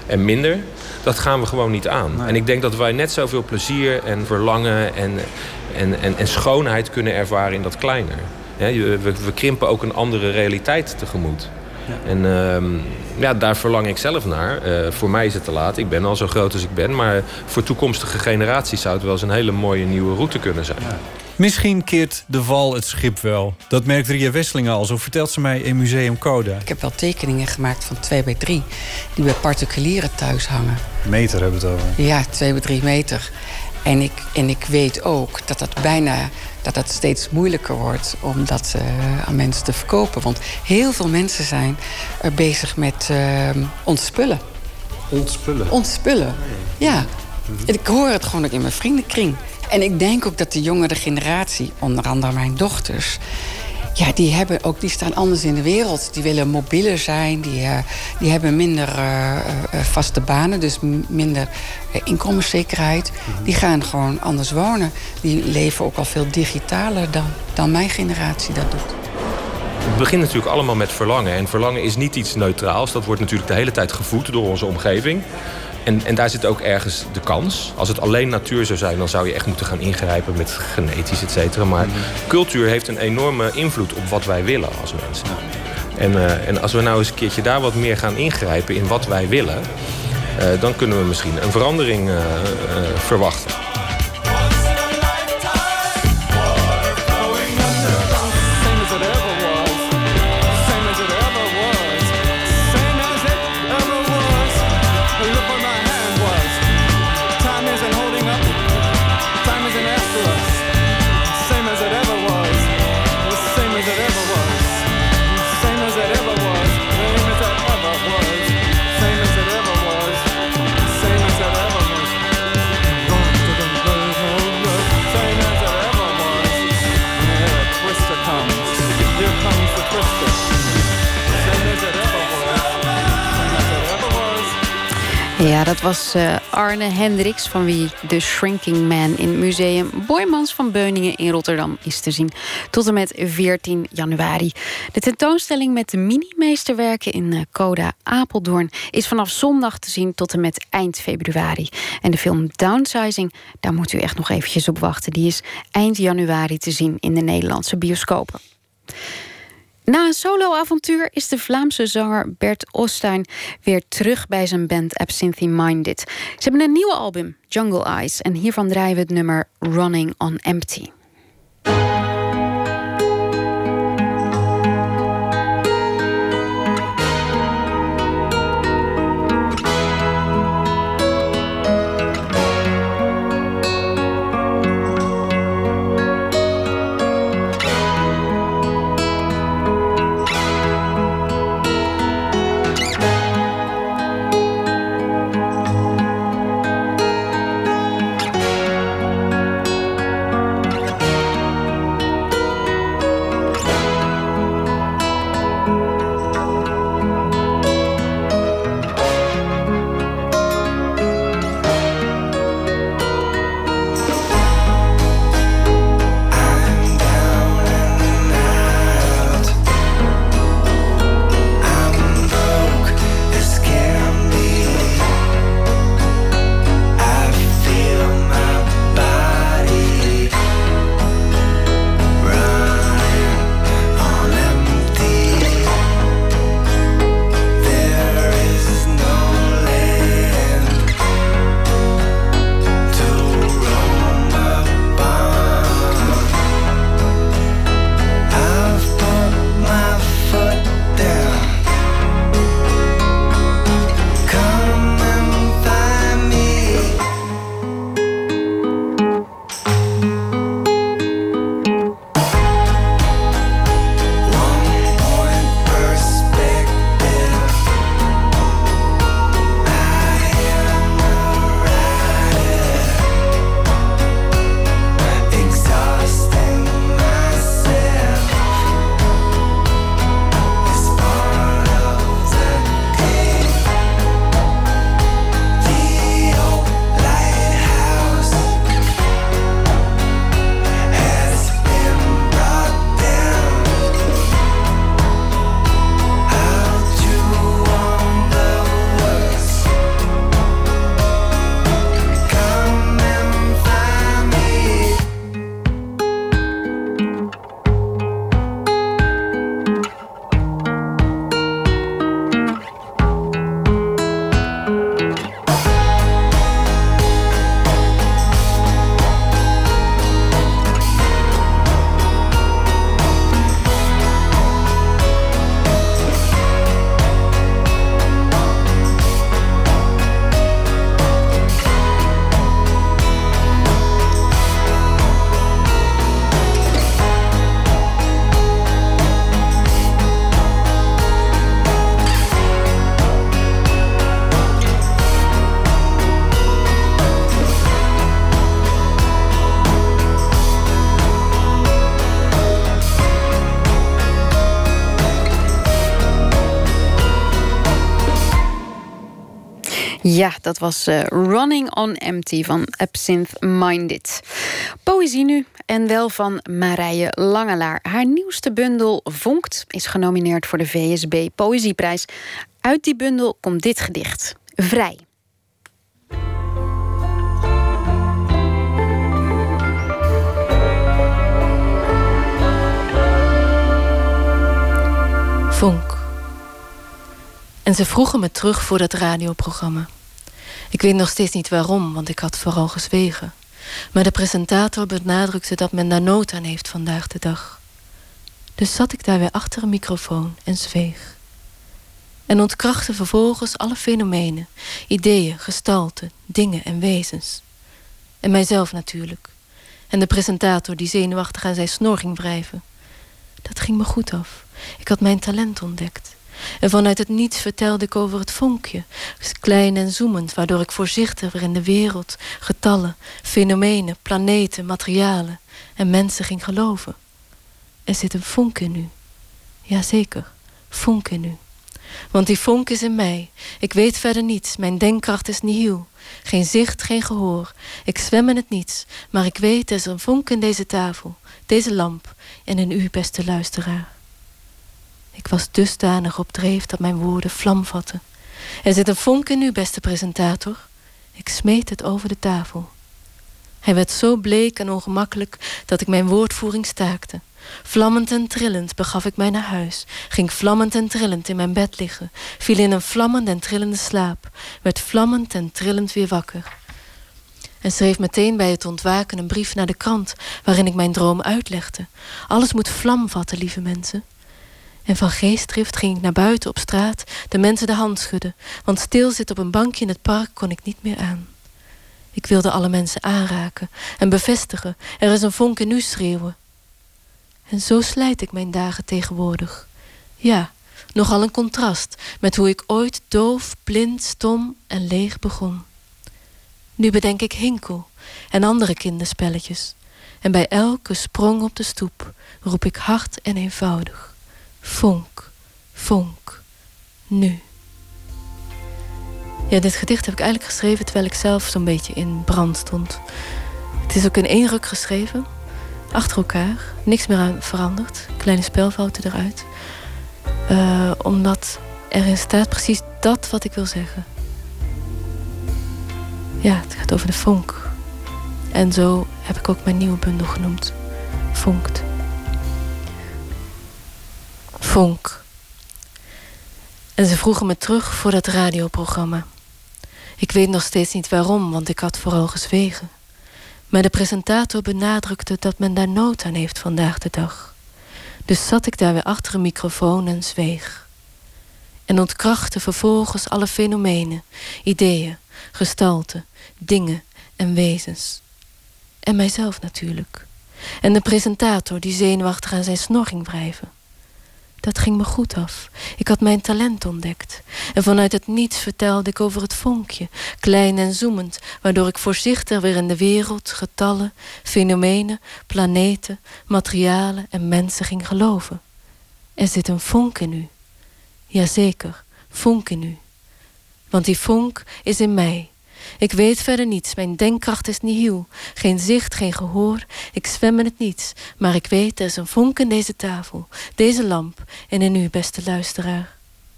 en minder, dat gaan we gewoon niet aan. Nee. En ik denk dat wij net zoveel plezier en verlangen en, en, en, en schoonheid kunnen ervaren in dat kleiner. Ja, we, we krimpen ook een andere realiteit tegemoet. Ja. En uh, ja, daar verlang ik zelf naar. Uh, voor mij is het te laat. Ik ben al zo groot als ik ben. Maar voor toekomstige generaties zou het wel eens een hele mooie nieuwe route kunnen zijn. Ja. Misschien keert de val het schip wel. Dat merkt Ria Wesseling al. Zo vertelt ze mij in Museum Coda. Ik heb wel tekeningen gemaakt van twee bij drie... die bij particulieren thuis hangen. Meter hebben we het over. Ja, twee bij drie meter. En ik, en ik weet ook dat dat bijna... dat het steeds moeilijker wordt om dat uh, aan mensen te verkopen. Want heel veel mensen zijn uh, bezig met uh, ontspullen. Ontspullen? Ontspullen, ja. Mm-hmm. Ik hoor het gewoon ook in mijn vriendenkring. En ik denk ook dat de jongere generatie, onder andere mijn dochters... ja, die, hebben ook, die staan anders in de wereld. Die willen mobieler zijn, die, uh, die hebben minder uh, uh, vaste banen... dus m- minder uh, inkomenszekerheid. Mm-hmm. Die gaan gewoon anders wonen. Die leven ook al veel digitaler dan, dan mijn generatie dat doet. Het begint natuurlijk allemaal met verlangen. En verlangen is niet iets neutraals. Dat wordt natuurlijk de hele tijd gevoed door onze omgeving. En, en daar zit ook ergens de kans. Als het alleen natuur zou zijn, dan zou je echt moeten gaan ingrijpen met genetisch, et cetera. Maar mm-hmm. cultuur heeft een enorme invloed op wat wij willen als mensen. En, uh, en als we nou eens een keertje daar wat meer gaan ingrijpen in wat wij willen... Uh, dan kunnen we misschien een verandering uh, uh, verwachten. Ja, dat was uh, Arne Hendricks, van wie The Shrinking Man in Museum Boijmans van Beuningen in Rotterdam is te zien. Tot en met veertien januari. De tentoonstelling met de mini-meesterwerken in uh, Coda Apeldoorn is vanaf zondag te zien tot en met eind februari. En de film Downsizing, daar moet u echt nog eventjes op wachten. Die is eind januari te zien in de Nederlandse bioscopen. Na een solo-avontuur is de Vlaamse zanger Bert Ostein weer terug bij zijn band Absinthe Minded. Ze hebben een nieuwe album, Jungle Eyes, en hiervan draaien we het nummer Running on Empty. Ja, dat was uh, Running on Empty van Absinthe Minded. Poëzie nu, en wel van Marije Langelaar. Haar nieuwste bundel Vonkt is genomineerd voor de V S B Poëzieprijs. Uit die bundel komt dit gedicht, Vrij. Vonk. En ze vroegen me terug voor dat radioprogramma. Ik weet nog steeds niet waarom, want ik had vooral gezwegen. Maar de presentator benadrukte dat men daar nood aan heeft vandaag de dag. Dus zat ik daar weer achter een microfoon en zweeg. En ontkrachtte vervolgens alle fenomenen, ideeën, gestalten, dingen en wezens. En mijzelf natuurlijk. En de presentator die zenuwachtig aan zijn snor ging wrijven. Dat ging me goed af. Ik had mijn talent ontdekt. En vanuit het niets vertelde ik over het vonkje, klein en zoemend, waardoor ik voorzichtiger in de wereld, getallen, fenomenen, planeten, materialen en mensen ging geloven. Er zit een vonk in u. Jazeker, vonk in u. Want die vonk is in mij. Ik weet verder niets, mijn denkkracht is nihil. Geen zicht, geen gehoor. Ik zwem in het niets, maar ik weet er is een vonk in deze tafel, deze lamp en in u, beste luisteraar. Ik was dusdanig op dreef dat mijn woorden vlam vatten. Er zit een vonk in u, beste presentator. Ik smeet het over de tafel. Hij werd zo bleek en ongemakkelijk dat ik mijn woordvoering staakte. Vlammend en trillend begaf ik mij naar huis, ging vlammend en trillend in mijn bed liggen, viel in een vlammende en trillende slaap, werd vlammend en trillend weer wakker. En schreef meteen bij het ontwaken een brief naar de krant, waarin ik mijn droom uitlegde. Alles moet vlam vatten, lieve mensen. En van geestdrift ging ik naar buiten op straat, de mensen de hand schudden, want stilzitten op een bankje in het park kon ik niet meer aan. Ik wilde alle mensen aanraken en bevestigen, er is een vonk in u schreeuwen. En zo slijt ik mijn dagen tegenwoordig. Ja, nogal een contrast met hoe ik ooit doof, blind, stom en leeg begon. Nu bedenk ik Hinkel en andere kinderspelletjes. En bij elke sprong op de stoep roep ik hard en eenvoudig. Vonk, vonk, nu. Ja, dit gedicht heb ik eigenlijk geschreven terwijl ik zelf zo'n beetje in brand stond. Het is ook in één ruk geschreven, achter elkaar, niks meer aan veranderd, kleine spelfouten eruit. Uh, omdat erin staat precies dat wat ik wil zeggen. Ja, het gaat over de vonk. En zo heb ik ook mijn nieuwe bundel genoemd. Vonkt. Vonk. En ze vroegen me terug voor dat radioprogramma. Ik weet nog steeds niet waarom, want ik had vooral gezwegen. Maar de presentator benadrukte dat men daar nood aan heeft vandaag de dag. Dus zat ik daar weer achter een microfoon en zweeg. En ontkrachtte vervolgens alle fenomenen, ideeën, gestalten, dingen en wezens. En mijzelf natuurlijk. En de presentator die zenuwachtig aan zijn snor ging wrijven. Dat ging me goed af. Ik had mijn talent ontdekt. En vanuit het niets vertelde ik over het vonkje, klein en zoemend, waardoor ik voorzichtig weer in de wereld, getallen, fenomenen, planeten, materialen en mensen ging geloven. Er zit een vonk in u. Jazeker, vonk in u. Want die vonk is in mij. Ik weet verder niets, mijn denkkracht is nihil. Geen zicht, geen gehoor, ik zwem in het niets. Maar ik weet, er is een vonk in deze tafel, deze lamp en in u, beste luisteraar.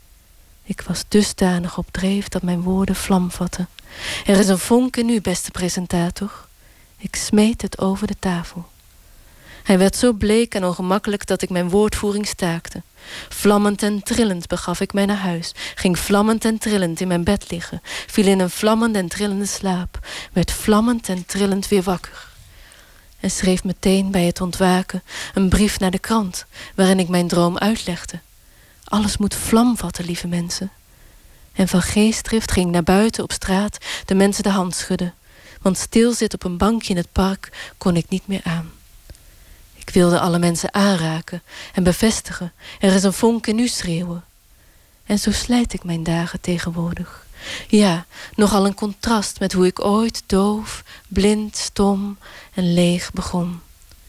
Ik was dusdanig op dreef dat mijn woorden vlam vatten. Er is een vonk in u, beste presentator. Ik smeet het over de tafel. Hij werd zo bleek en ongemakkelijk dat ik mijn woordvoering staakte. Vlammend en trillend begaf ik mij naar huis, ging vlammend en trillend in mijn bed liggen, viel in een vlammende en trillende slaap, werd vlammend en trillend weer wakker. En schreef meteen bij het ontwaken een brief naar de krant, waarin ik mijn droom uitlegde. Alles moet vlam vatten, lieve mensen. En van geestdrift ging ik naar buiten op straat de mensen de hand schudden, want stilzitten op een bankje in het park kon ik niet meer aan. Ik wilde alle mensen aanraken en bevestigen, er is een vonk in u schreeuwen. En zo slijt ik mijn dagen tegenwoordig. Ja, nogal een contrast met hoe ik ooit doof, blind, stom en leeg begon.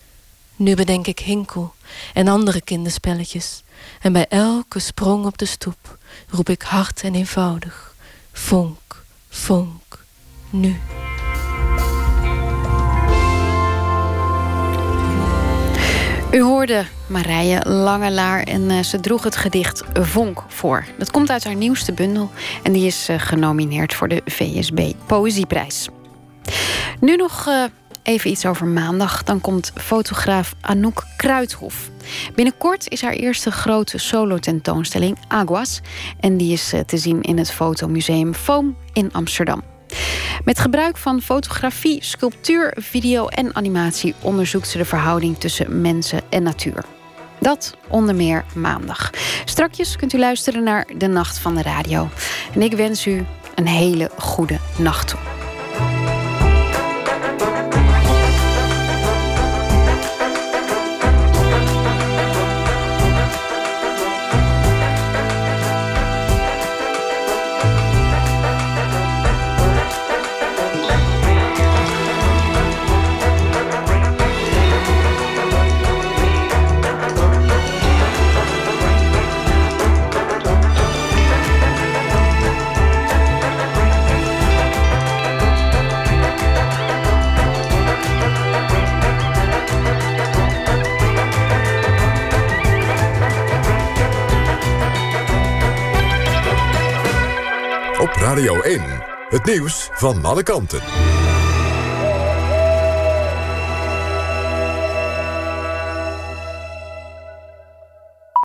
Nu bedenk ik Hinkel en andere kinderspelletjes. En bij elke sprong op de stoep roep ik hard en eenvoudig. Vonk, Vonk, nu. U hoorde Marije Langelaar en uh, ze droeg het gedicht Vonk voor. Dat komt uit haar nieuwste bundel en die is uh, genomineerd voor de V S B Poëzieprijs. Nu nog uh, even iets over maandag. Dan komt fotograaf Anouk Kruithof. Binnenkort is haar eerste grote solo-tentoonstelling Aguas. En die is uh, te zien in het fotomuseum Foam in Amsterdam. Met gebruik van fotografie, sculptuur, video en animatie onderzoekt ze de verhouding tussen mensen en natuur. Dat onder meer maandag. Strakjes kunt u luisteren naar De Nacht van de Radio. En ik wens u een hele goede nacht toe. Radio één, het nieuws van alle kanten.